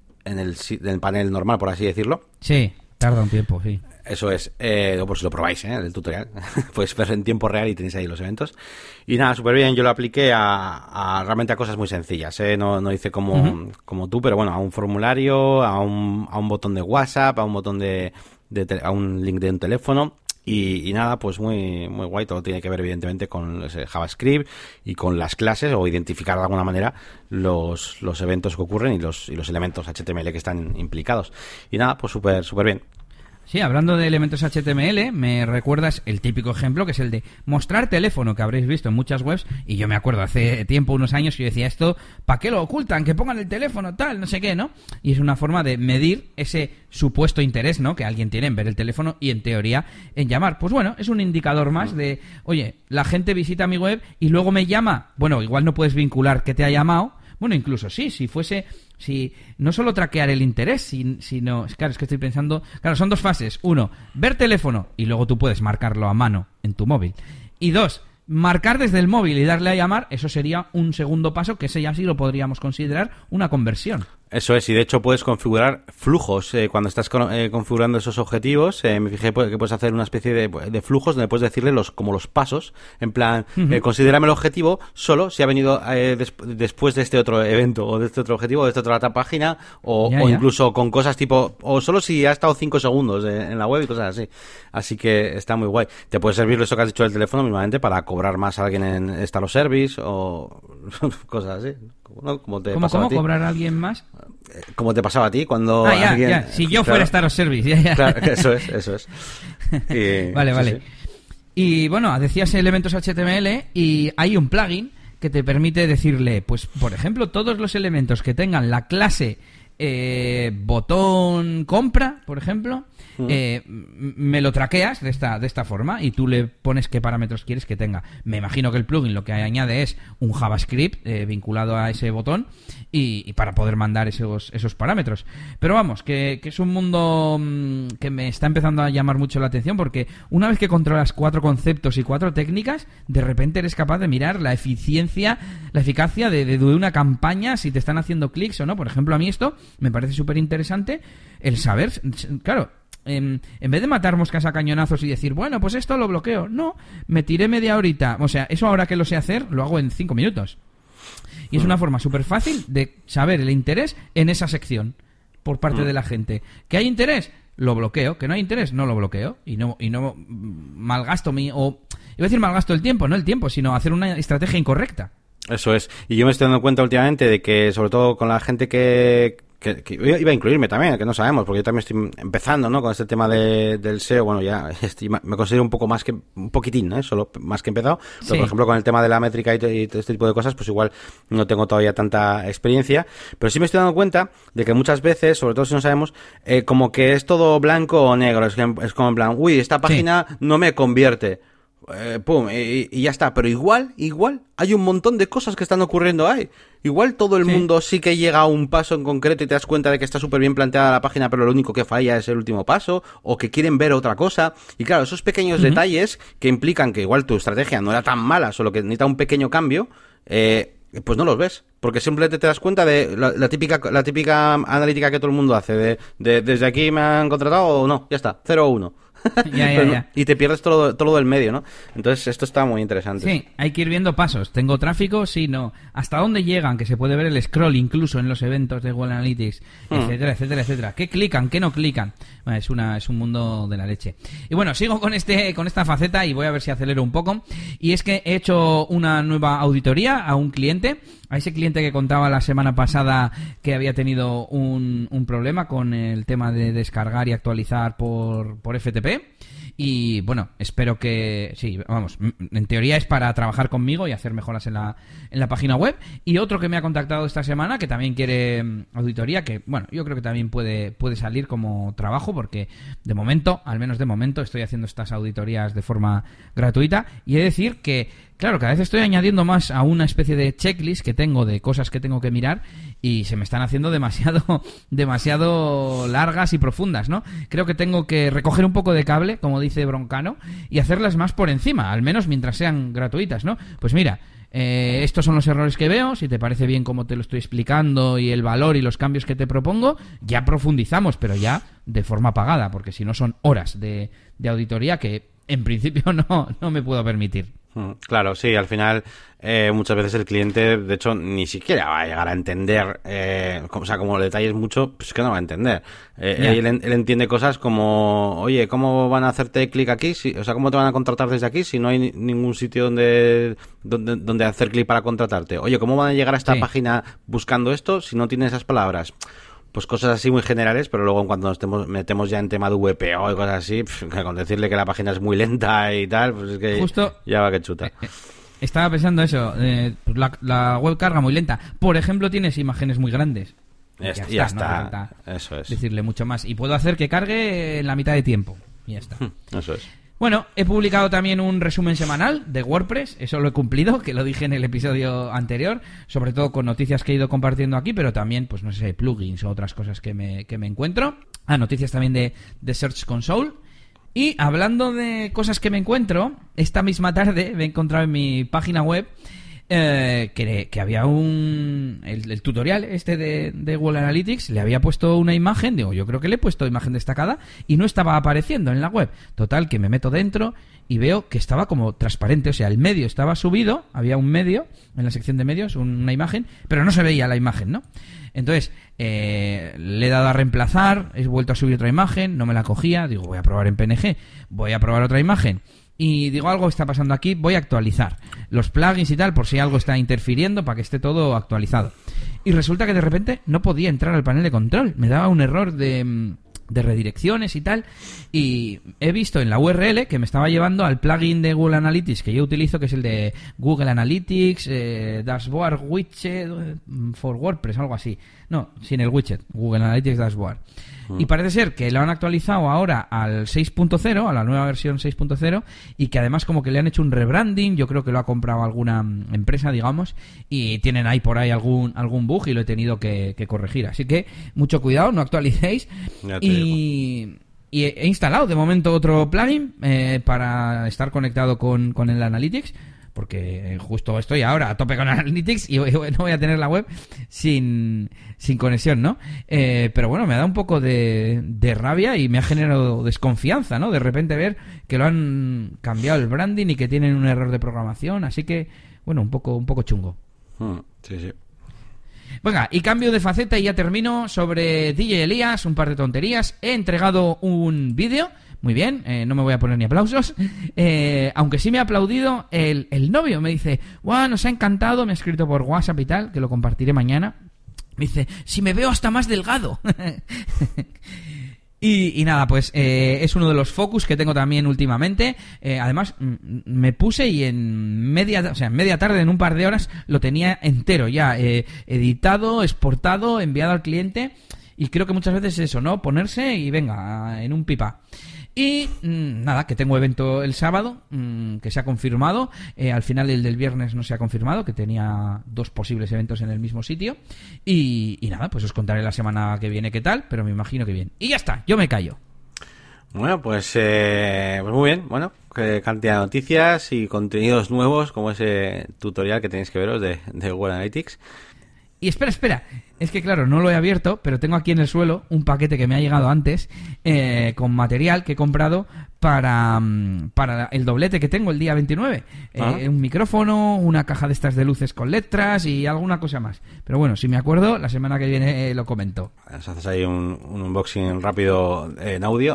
panel normal, por así decirlo. Sí, tarda un tiempo, sí. Eso es, por si lo probáis, el tutorial, pues ver en tiempo real y tenéis ahí los eventos. Y nada, súper bien, yo lo apliqué realmente a cosas muy sencillas, no hice como tú, pero bueno, a un formulario, a un botón de WhatsApp, a un botón a un link de un teléfono. Y nada, pues muy, muy guay. Todo tiene que ver evidentemente con ese JavaScript y con las clases, o identificar de alguna manera los eventos que ocurren y los elementos HTML que están implicados. Y nada, pues súper, súper bien. Sí, hablando de elementos HTML, me recuerdas el típico ejemplo que es el de mostrar teléfono, que habréis visto en muchas webs, y yo me acuerdo hace tiempo, unos años, que yo decía esto, ¿para qué lo ocultan? Que pongan el teléfono, tal, no sé qué, ¿no? Y es una forma de medir ese supuesto interés, ¿no?, que alguien tiene en ver el teléfono y en teoría en llamar. Pues bueno, es un indicador más de, oye, la gente visita mi web y luego me llama. Bueno, igual no puedes vincular que te ha llamado. Bueno, incluso sí, si no solo traquear el interés, sino, claro, es que estoy pensando, claro, son dos fases. Uno, ver teléfono y luego tú puedes marcarlo a mano en tu móvil. Y dos, marcar desde el móvil y darle a llamar, eso sería un segundo paso, que ese ya sí lo podríamos considerar una conversión. Eso es, y de hecho puedes configurar flujos cuando estás configurando esos objetivos. Me fijé que puedes hacer una especie de flujos donde puedes decirle como los pasos, en plan, considérame el objetivo solo si ha venido después de este otro evento, o de este otro objetivo, o de esta otra página, o incluso con cosas tipo, o solo si ha estado 5 segundos en la web y cosas así. Así que está muy guay. Te puede servir eso que has dicho del teléfono mismamente para cobrar más a alguien en Staro Service o cosas así. ¿No? ¿Cómo cobrar a alguien más? Como te pasaba a ti cuando alguien... Si yo fuera Staro Service. Claro, eso es. Vale. Sí. Y bueno, decías elementos HTML y hay un plugin que te permite decirle, pues por ejemplo, todos los elementos que tengan la clase botón compra, por ejemplo, me lo traqueas de esta forma y tú le pones qué parámetros quieres que tenga. Me imagino que el plugin lo que añade es un JavaScript vinculado a ese botón y para poder mandar esos parámetros. Pero vamos, que es un mundo que me está empezando a llamar mucho la atención, porque una vez que controlas 4 conceptos y 4 técnicas, de repente eres capaz de mirar la eficacia de una campaña, si te están haciendo clics o no. Por ejemplo, a mí esto me parece súper interesante, el saber, claro, en vez de matar moscas a cañonazos y decir, bueno, pues esto lo bloqueo, no, me tiré media horita, o sea, eso ahora que lo sé hacer, lo hago en 5 minutos. Y es una forma súper fácil de saber el interés en esa sección por parte de la gente. ¿Que hay interés? Lo bloqueo. ¿Que no hay interés? No lo bloqueo. Y no malgasto iba a decir malgasto el tiempo, no el tiempo, sino hacer una estrategia incorrecta. Eso es. Y yo me estoy dando cuenta últimamente de que, sobre todo con la gente que iba a incluirme también, que no sabemos, porque yo también estoy empezando, ¿no?, con este tema del SEO. Bueno, ya me considero un poquitín, ¿no?, solo más que empezado, pero por ejemplo con el tema de la métrica y todo este tipo de cosas, pues igual no tengo todavía tanta experiencia, pero sí me estoy dando cuenta de que muchas veces, sobre todo si no sabemos, como que es todo blanco o negro, es como en plan, uy, esta página no me convierte. Pum, y ya está, pero igual hay un montón de cosas que están ocurriendo ahí igual todo el mundo sí que llega a un paso en concreto y te das cuenta de que está súper bien planteada la página, pero lo único que falla es el último paso, o que quieren ver otra cosa. Y claro, esos pequeños detalles que implican que igual tu estrategia no era tan mala, solo que necesita un pequeño cambio, pues no los ves, porque simplemente te das cuenta de la típica analítica que todo el mundo hace, de desde aquí me han contratado o no, ya está, 0 o 1. Ya. Y te pierdes todo lo del medio, ¿no? Entonces esto está muy interesante. Sí, hay que ir viendo pasos. ¿Tengo tráfico? Sí, no. ¿Hasta dónde llegan? Que se puede ver el scroll incluso en los eventos de Google Analytics, etcétera. ¿Qué clican? ¿Qué no clican? Bueno, es un mundo de la leche. Y bueno, sigo con esta faceta y voy a ver si acelero un poco. Y es que he hecho una nueva auditoría a un cliente, a ese cliente que contaba la semana pasada que había tenido un problema con el tema de descargar y actualizar por FTP. Y bueno, espero que... Sí, vamos, en teoría es para trabajar conmigo y hacer mejoras en la página web. Y otro que me ha contactado esta semana, que también quiere auditoría, que bueno, yo creo que también puede salir como trabajo, porque de momento, al menos de momento, estoy haciendo estas auditorías de forma gratuita. Y he de decir que, claro, cada vez estoy añadiendo más a una especie de checklist que tengo de cosas que tengo que mirar y se me están haciendo demasiado largas y profundas, ¿no? Creo que tengo que recoger un poco de cable, como dice Broncano, y hacerlas más por encima, al menos mientras sean gratuitas, ¿no? Pues mira, estos son los errores que veo, si te parece bien como te lo estoy explicando y el valor y los cambios que te propongo, ya profundizamos, pero ya de forma pagada, porque si no son horas de auditoría que en principio no me puedo permitir. Claro, sí, al final muchas veces el cliente, de hecho, ni siquiera va a llegar a entender, o sea, como lo detalles mucho, pues es que no va a entender. Él entiende cosas como, oye, ¿cómo van a hacerte clic aquí? O sea, ¿cómo te van a contratar desde aquí si no hay ningún sitio donde hacer clic para contratarte? Oye, ¿cómo van a llegar a esta página buscando esto si no tiene esas palabras? Pues cosas así muy generales, pero luego cuando nos metemos ya en tema de VPO y cosas así, con decirle que la página es muy lenta y tal, pues es que justo ya va que chuta. Estaba pensando eso, pues la web carga muy lenta. Por ejemplo, tienes imágenes muy grandes. Ya está. No eso es. Decirle mucho más. Y puedo hacer que cargue en la mitad de tiempo. Y ya está. Eso es. Bueno, he publicado también un resumen semanal de WordPress, eso lo he cumplido, que lo dije en el episodio anterior, sobre todo con noticias que he ido compartiendo aquí, pero también, pues no sé, plugins o otras cosas que me encuentro. Noticias también de Search Console. Y hablando de cosas que me encuentro, esta misma tarde me he encontrado en mi página web que había el tutorial este de Google Analytics, le había puesto una imagen, digo, yo creo que le he puesto imagen destacada y no estaba apareciendo en la web. Total, que me meto dentro y veo que estaba como transparente, o sea, el medio estaba subido, había un medio en la sección de medios, una imagen, pero no se veía la imagen, ¿no? Entonces, le he dado a reemplazar, he vuelto a subir otra imagen, no me la cogía, digo, voy a probar en PNG, voy a probar otra imagen. Y digo, algo está pasando aquí, voy a actualizar los plugins y tal, por si algo está interfiriendo, para que esté todo actualizado. Y resulta que de repente no podía entrar al panel de control, me daba un error de redirecciones y tal, y he visto en la URL que me estaba llevando al plugin de Google Analytics que yo utilizo, que es el de Google Analytics Dashboard Widget for WordPress, algo así. No, sin el widget, Google Analytics Dashboard. Y parece ser que lo han actualizado ahora al 6.0, a la nueva versión 6.0, y que además como que le han hecho un rebranding, yo creo que lo ha comprado alguna empresa, digamos, y tienen ahí por ahí algún bug y lo he tenido que corregir. Así que mucho cuidado, no actualicéis. Y he instalado de momento otro plugin para estar conectado con el Analytics, porque justo estoy ahora a tope con Analytics y no voy a tener la web sin conexión, ¿no? Pero bueno, me da un poco de rabia y me ha generado desconfianza, ¿no? De repente ver que lo han cambiado el branding y que tienen un error de programación, así que, bueno, un poco chungo. Sí. Venga, y cambio de faceta y ya termino sobre DJ Elías, un par de tonterías. He entregado un vídeo, muy bien, no me voy a poner ni aplausos, aunque sí me ha aplaudido el novio, me dice, ¡guau, nos ha encantado! Me ha escrito por WhatsApp y tal, que lo compartiré mañana. Me dice, si me veo hasta más delgado. Y nada, pues es uno de los focus que tengo también últimamente. Además, me puse y en media tarde, en un par de horas, lo tenía entero ya, editado, exportado, enviado al cliente. Y creo que muchas veces es eso, ¿no? Ponerse y venga, en un pipa. Y nada, que tengo evento el sábado, que se ha confirmado. Al final el del viernes no se ha confirmado, que tenía 2 posibles eventos en el mismo sitio. Y nada, pues os contaré la semana que viene qué tal, pero me imagino que bien. Y ya está, yo me callo. Bueno, pues muy bien. Bueno, cantidad de noticias y contenidos nuevos, como ese tutorial que tenéis que veros de Google Analytics. Y espera, es que claro, no lo he abierto, pero tengo aquí en el suelo un paquete que me ha llegado antes con material que he comprado para el doblete que tengo el día 29. Un micrófono, una caja de estas de luces con letras y alguna cosa más. Pero bueno, si me acuerdo, la semana que viene lo comento. Nos haces ahí un unboxing rápido en audio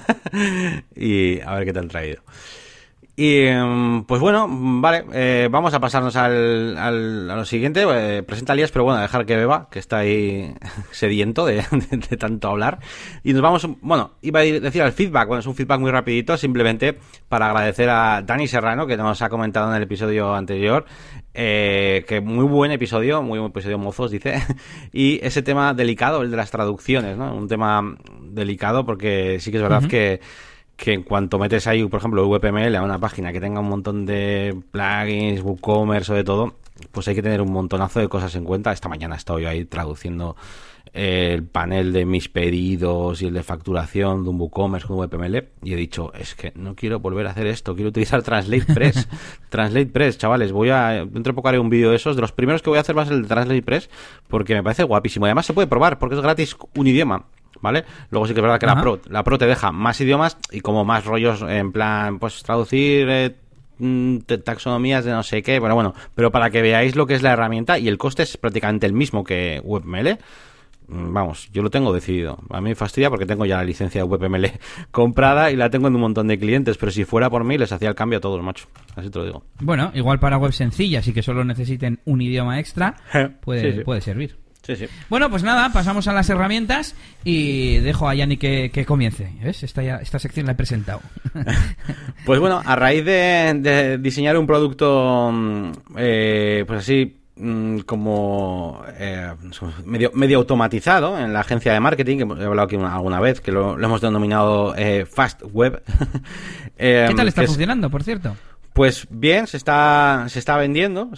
y a ver qué te han traído. Y pues bueno, vale, vamos a pasarnos a lo siguiente. Presenta Elías, pero bueno, dejar que beba, que está ahí sediento de tanto hablar. Y nos vamos, bueno, iba a decir al feedback. Bueno, es un feedback muy rapidito, simplemente para agradecer a Dani Serrano, que nos ha comentado en el episodio anterior, que muy buen episodio mozos, dice. Y ese tema delicado, el de las traducciones, ¿no? Un tema delicado porque sí que es verdad que en cuanto metes ahí, por ejemplo, VPML a una página que tenga un montón de plugins, WooCommerce o de todo, pues hay que tener un montonazo de cosas en cuenta. Esta mañana he estado yo ahí traduciendo el panel de mis pedidos y el de facturación de un WooCommerce con VPML y he dicho, es que no quiero volver a hacer esto, quiero utilizar TranslatePress. TranslatePress, chavales, dentro de poco haré un vídeo de esos. De los primeros que voy a hacer va a ser el de TranslatePress porque me parece guapísimo. Además se puede probar porque es gratis un idioma, ¿vale? Luego sí que es verdad que la Pro te deja más idiomas y como más rollos en plan, pues traducir taxonomías de no sé qué, pero para que veáis lo que es la herramienta y el coste es prácticamente el mismo que WebML. Vamos, yo lo tengo decidido. A mí me fastidia porque tengo ya la licencia de WebML comprada y la tengo en un montón de clientes, pero si fuera por mí les hacía el cambio a todos, macho. Así te lo digo. Bueno, igual para web sencillas y que solo necesiten un idioma extra, puede servir. Sí. Bueno, pues nada, pasamos a las herramientas y dejo a Yanni que comience. ¿Ves? Esta sección la he presentado. Pues bueno, a raíz de diseñar un producto pues así como medio automatizado en la agencia de marketing, que he hablado aquí alguna vez, que lo hemos denominado Fast Web. ¿Qué tal está funcionando, por cierto? Pues bien, se está vendiendo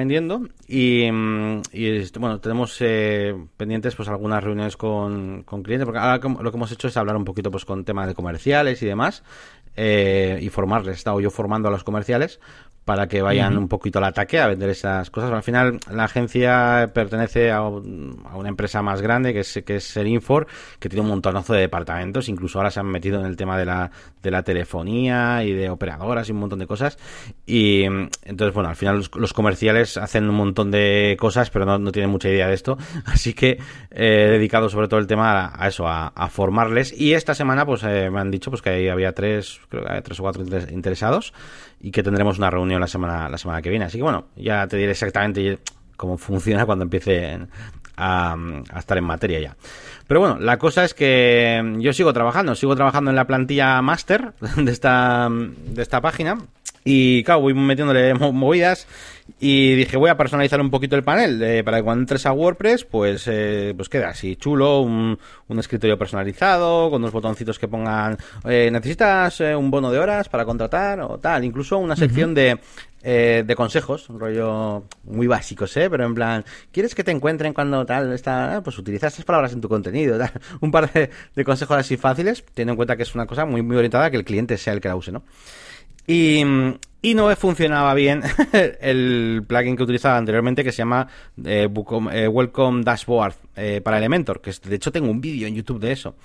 y bueno, tenemos pendientes pues algunas reuniones con clientes, porque ahora lo que hemos hecho es hablar un poquito pues con temas de comerciales y demás, y formarles. He estado yo formando a los comerciales para que vayan un poquito al ataque a vender esas cosas. Al final la agencia pertenece a una empresa más grande que es Serinfor, que tiene un montonazo de departamentos, incluso ahora se han metido en el tema de la telefonía y de operadoras y un montón de cosas. Y entonces, bueno, al final los comerciales hacen un montón de cosas, pero no tienen mucha idea de esto, así que he dedicado sobre todo el tema a eso, a formarles. Y esta semana pues me han dicho pues que había tres o cuatro interesados y que tendremos una reunión la semana que viene. Así que bueno, ya te diré exactamente cómo funciona cuando empiece a estar en materia ya. Pero bueno, la cosa es que yo sigo trabajando en la plantilla máster de esta página. Y claro, voy metiéndole movidas y dije, voy a personalizar un poquito el panel para que cuando entres a WordPress pues quede así chulo, un escritorio personalizado con unos botoncitos que pongan ¿necesitas un bono de horas para contratar? O tal, incluso una sección de consejos, un rollo muy básicos, pero en plan, ¿quieres que te encuentren cuando tal está? Pues utiliza esas palabras en tu contenido, tal. Un par de consejos así fáciles, teniendo en cuenta que es una cosa muy, muy orientada a que el cliente sea el que la use, ¿no? Y no me funcionaba bien el plugin que utilizaba anteriormente, que se llama Welcome Dashboard para Elementor, que de hecho tengo un vídeo en YouTube de eso.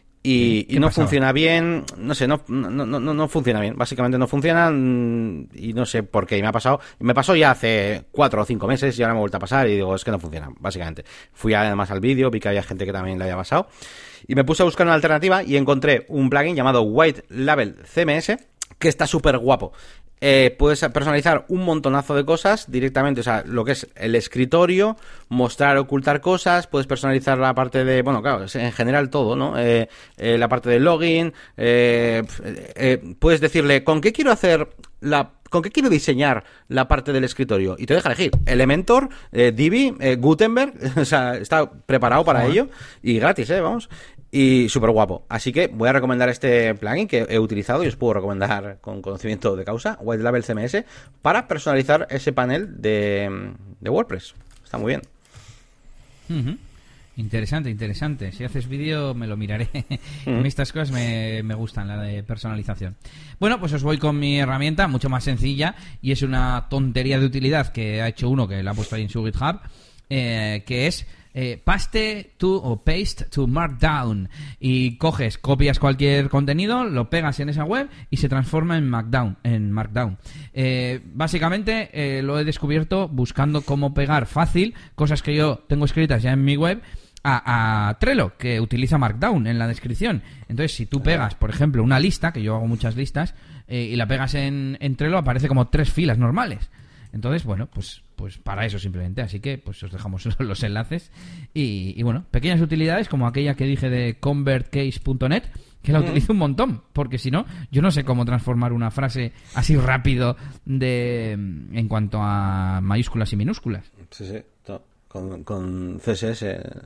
Y no pasaba? Funciona bien, no sé, no funciona bien, básicamente no funciona y no sé por qué. Y me pasó ya hace 4 o 5 meses y ahora me ha vuelto a pasar y digo, es que no funciona, básicamente. Fui además al vídeo, vi que había gente que también le había pasado y me puse a buscar una alternativa y encontré un plugin llamado White Label CMS, que está súper guapo. Puedes personalizar un montonazo de cosas directamente, o sea, lo que es el escritorio, mostrar, ocultar cosas, puedes personalizar la parte de, bueno, claro, en general todo, ¿no? La parte de login, puedes decirle, ¿con qué quiero diseñar la parte del escritorio? Y te deja elegir Elementor, Divi, Gutenberg, o sea, está preparado para ello y gratis, vamos. y súper guapo. Así que voy a recomendar este plugin que he utilizado y os puedo recomendar con conocimiento de causa, White Label CMS, para personalizar ese panel de WordPress. Está muy bien. Uh-huh. Interesante. Si haces vídeo me lo miraré. A mí estas cosas me gustan, la de personalización. Bueno, pues os voy con mi herramienta, mucho más sencilla, y es una tontería de utilidad que ha hecho uno, que la ha puesto ahí en su GitHub, que es paste to Markdown. Y copias cualquier contenido, lo pegas en esa web y se transforma en Markdown. Básicamente lo he descubierto buscando cómo pegar fácil cosas que yo tengo escritas ya en mi web a Trello, que utiliza Markdown en la descripción. Entonces, si tú pegas, por ejemplo, una lista, que yo hago muchas listas, y la pegas en Trello, aparece como 3 filas normales. Entonces, bueno, pues para eso simplemente. Así que pues os dejamos los enlaces. Y bueno, pequeñas utilidades como aquella que dije de convertcase.net, que la utilizo un montón, porque si no, yo no sé cómo transformar una frase así rápido en cuanto a mayúsculas y minúsculas. Sí. Con CSS.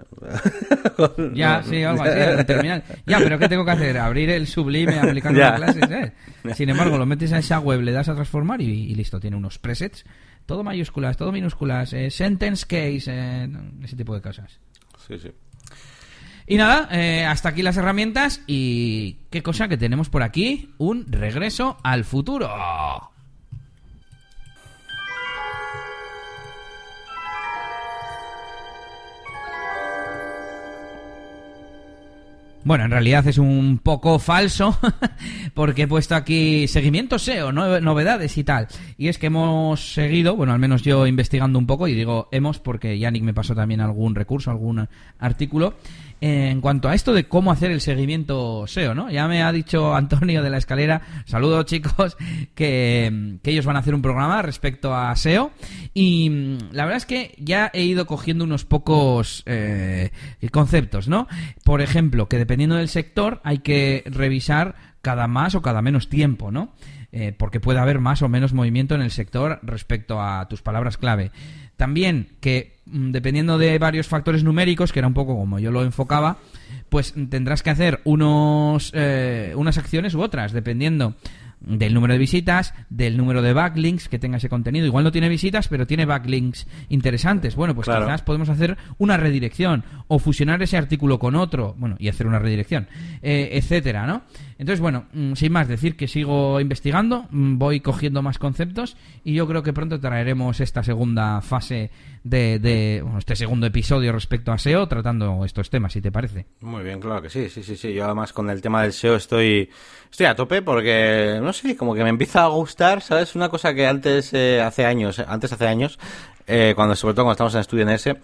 Sí, algo así, el terminal. Ya, pero ¿qué tengo que hacer? Abrir el Sublime aplicando las clases, Sin embargo, lo metes a esa web, le das a transformar y listo, tiene unos presets, todo mayúsculas, todo minúsculas, sentence case, ese tipo de cosas. Sí. Y nada, hasta aquí las herramientas. Y qué cosa que tenemos por aquí, un regreso al futuro. Bueno, en realidad es un poco falso porque he puesto aquí seguimiento SEO, novedades y tal. Y es que hemos seguido, bueno, al menos yo investigando un poco, y digo hemos porque Yannick me pasó también algún recurso, algún artículo, en cuanto a esto de cómo hacer el seguimiento SEO, ¿no? Ya me ha dicho Antonio de la Escalera, saludos chicos, que ellos van a hacer un programa respecto a SEO. Y la verdad es que ya he ido cogiendo unos pocos conceptos, ¿no? Por ejemplo, que dependiendo del sector hay que revisar cada más o cada menos tiempo, ¿no? Porque puede haber más o menos movimiento en el sector respecto a tus palabras clave. También que dependiendo de varios factores numéricos, que era un poco como yo lo enfocaba, pues tendrás que hacer unas acciones u otras, dependiendo del número de visitas, del número de backlinks que tenga ese contenido. Igual no tiene visitas, pero tiene backlinks interesantes. Bueno, pues claro, quizás podemos hacer una redirección o fusionar ese artículo con otro, bueno, y hacer una redirección, etcétera, ¿no? Entonces, bueno, sin más decir que sigo investigando, voy cogiendo más conceptos y yo creo que pronto traeremos esta segunda fase este segundo episodio respecto a SEO, tratando estos temas, si te parece. Muy bien, claro que sí. Yo además con el tema del SEO estoy a tope porque, no sé, como que me empieza a gustar, ¿sabes? Una cosa que antes hace años, cuando sobre todo cuando estamos en Estudio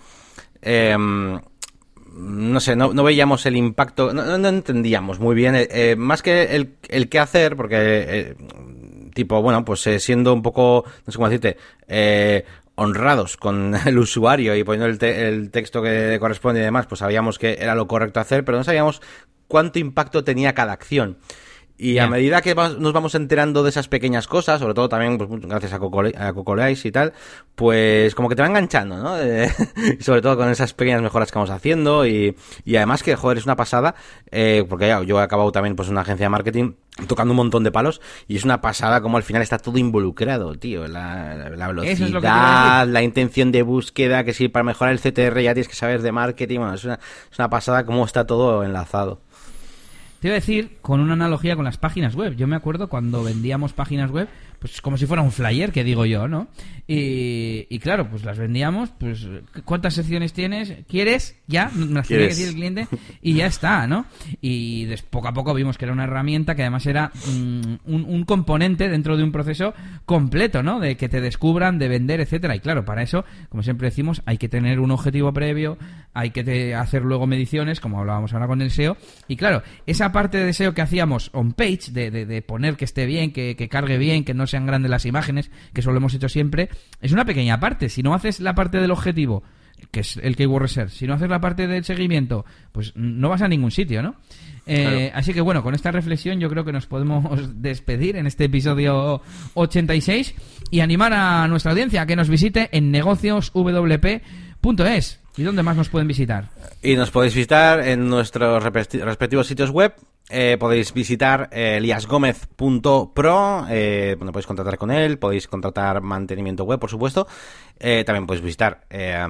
no sé, no veíamos el impacto, no entendíamos muy bien, más que el qué hacer, porque tipo, bueno, pues siendo un poco, no sé cómo decirte, honrados con el usuario y poniendo el texto que corresponde y demás, pues sabíamos que era lo correcto hacer, pero no sabíamos cuánto impacto tenía cada acción. Y a medida que nos vamos enterando de esas pequeñas cosas, sobre todo también pues, gracias a Cocolais y tal, pues como que te va enganchando, ¿no? Y sobre todo con esas pequeñas mejoras que vamos haciendo y además que, joder, es una pasada, porque ya, yo he acabado también pues en una agencia de marketing tocando un montón de palos y es una pasada como al final está todo involucrado, tío, la velocidad, la intención de búsqueda, que si para mejorar el CTR ya tienes que saber de marketing, bueno, es una pasada cómo está todo enlazado. Te iba a decir, con una analogía con las páginas web. Yo me acuerdo cuando vendíamos páginas web, pues como si fuera un flyer, que digo yo, ¿no? Y claro, pues las vendíamos, pues ¿cuántas secciones quieres? Ya, me las tenía que decir el cliente y ya está, ¿no? Y poco a poco vimos que era una herramienta que además era un componente dentro de un proceso completo, ¿no? De que te descubran, de vender, etcétera. Y claro, para eso, como siempre decimos, hay que tener un objetivo previo, hay que hacer luego mediciones, como hablábamos ahora con el SEO. Y claro, esa parte de SEO que hacíamos on page, de poner que esté bien, que cargue bien, que no sean grandes las imágenes, que eso lo hemos hecho siempre, es una pequeña parte. Si no haces la parte del objetivo, que es el Keyword Research, si no haces la parte del seguimiento, pues no vas a ningún sitio, ¿no? Claro. Así que bueno, con esta reflexión yo creo que nos podemos despedir en este episodio 86 y animar a nuestra audiencia a que nos visite en negocioswp.es. ¿Y dónde más nos pueden visitar? Y nos podéis visitar en nuestros respectivos sitios web. Podéis visitar eliasgomez.pro, donde podéis contratar con él, podéis contratar mantenimiento web, por supuesto. También podéis visitar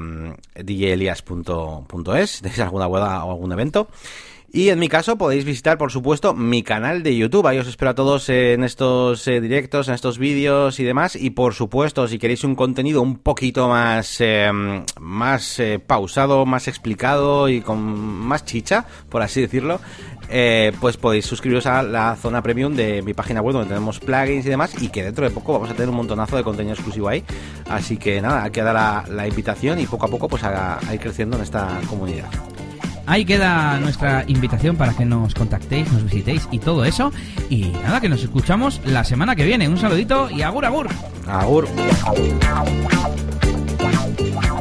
djelias.es si tenéis alguna boda o algún evento. Y en mi caso podéis visitar, por supuesto, mi canal de YouTube. Ahí os espero a todos en estos directos, en estos vídeos y demás. Y por supuesto, si queréis un contenido un poquito más pausado, más explicado y con más chicha, por así decirlo, pues podéis suscribiros a la zona premium de mi página web, donde tenemos plugins y demás, y que dentro de poco vamos a tener un montonazo de contenido exclusivo ahí. Así que nada, aquí queda la invitación y poco a poco pues a ir creciendo en esta comunidad. Ahí queda nuestra invitación para que nos contactéis, nos visitéis y todo eso. Y nada, que nos escuchamos la semana que viene. Un saludito y agur, agur. Agur.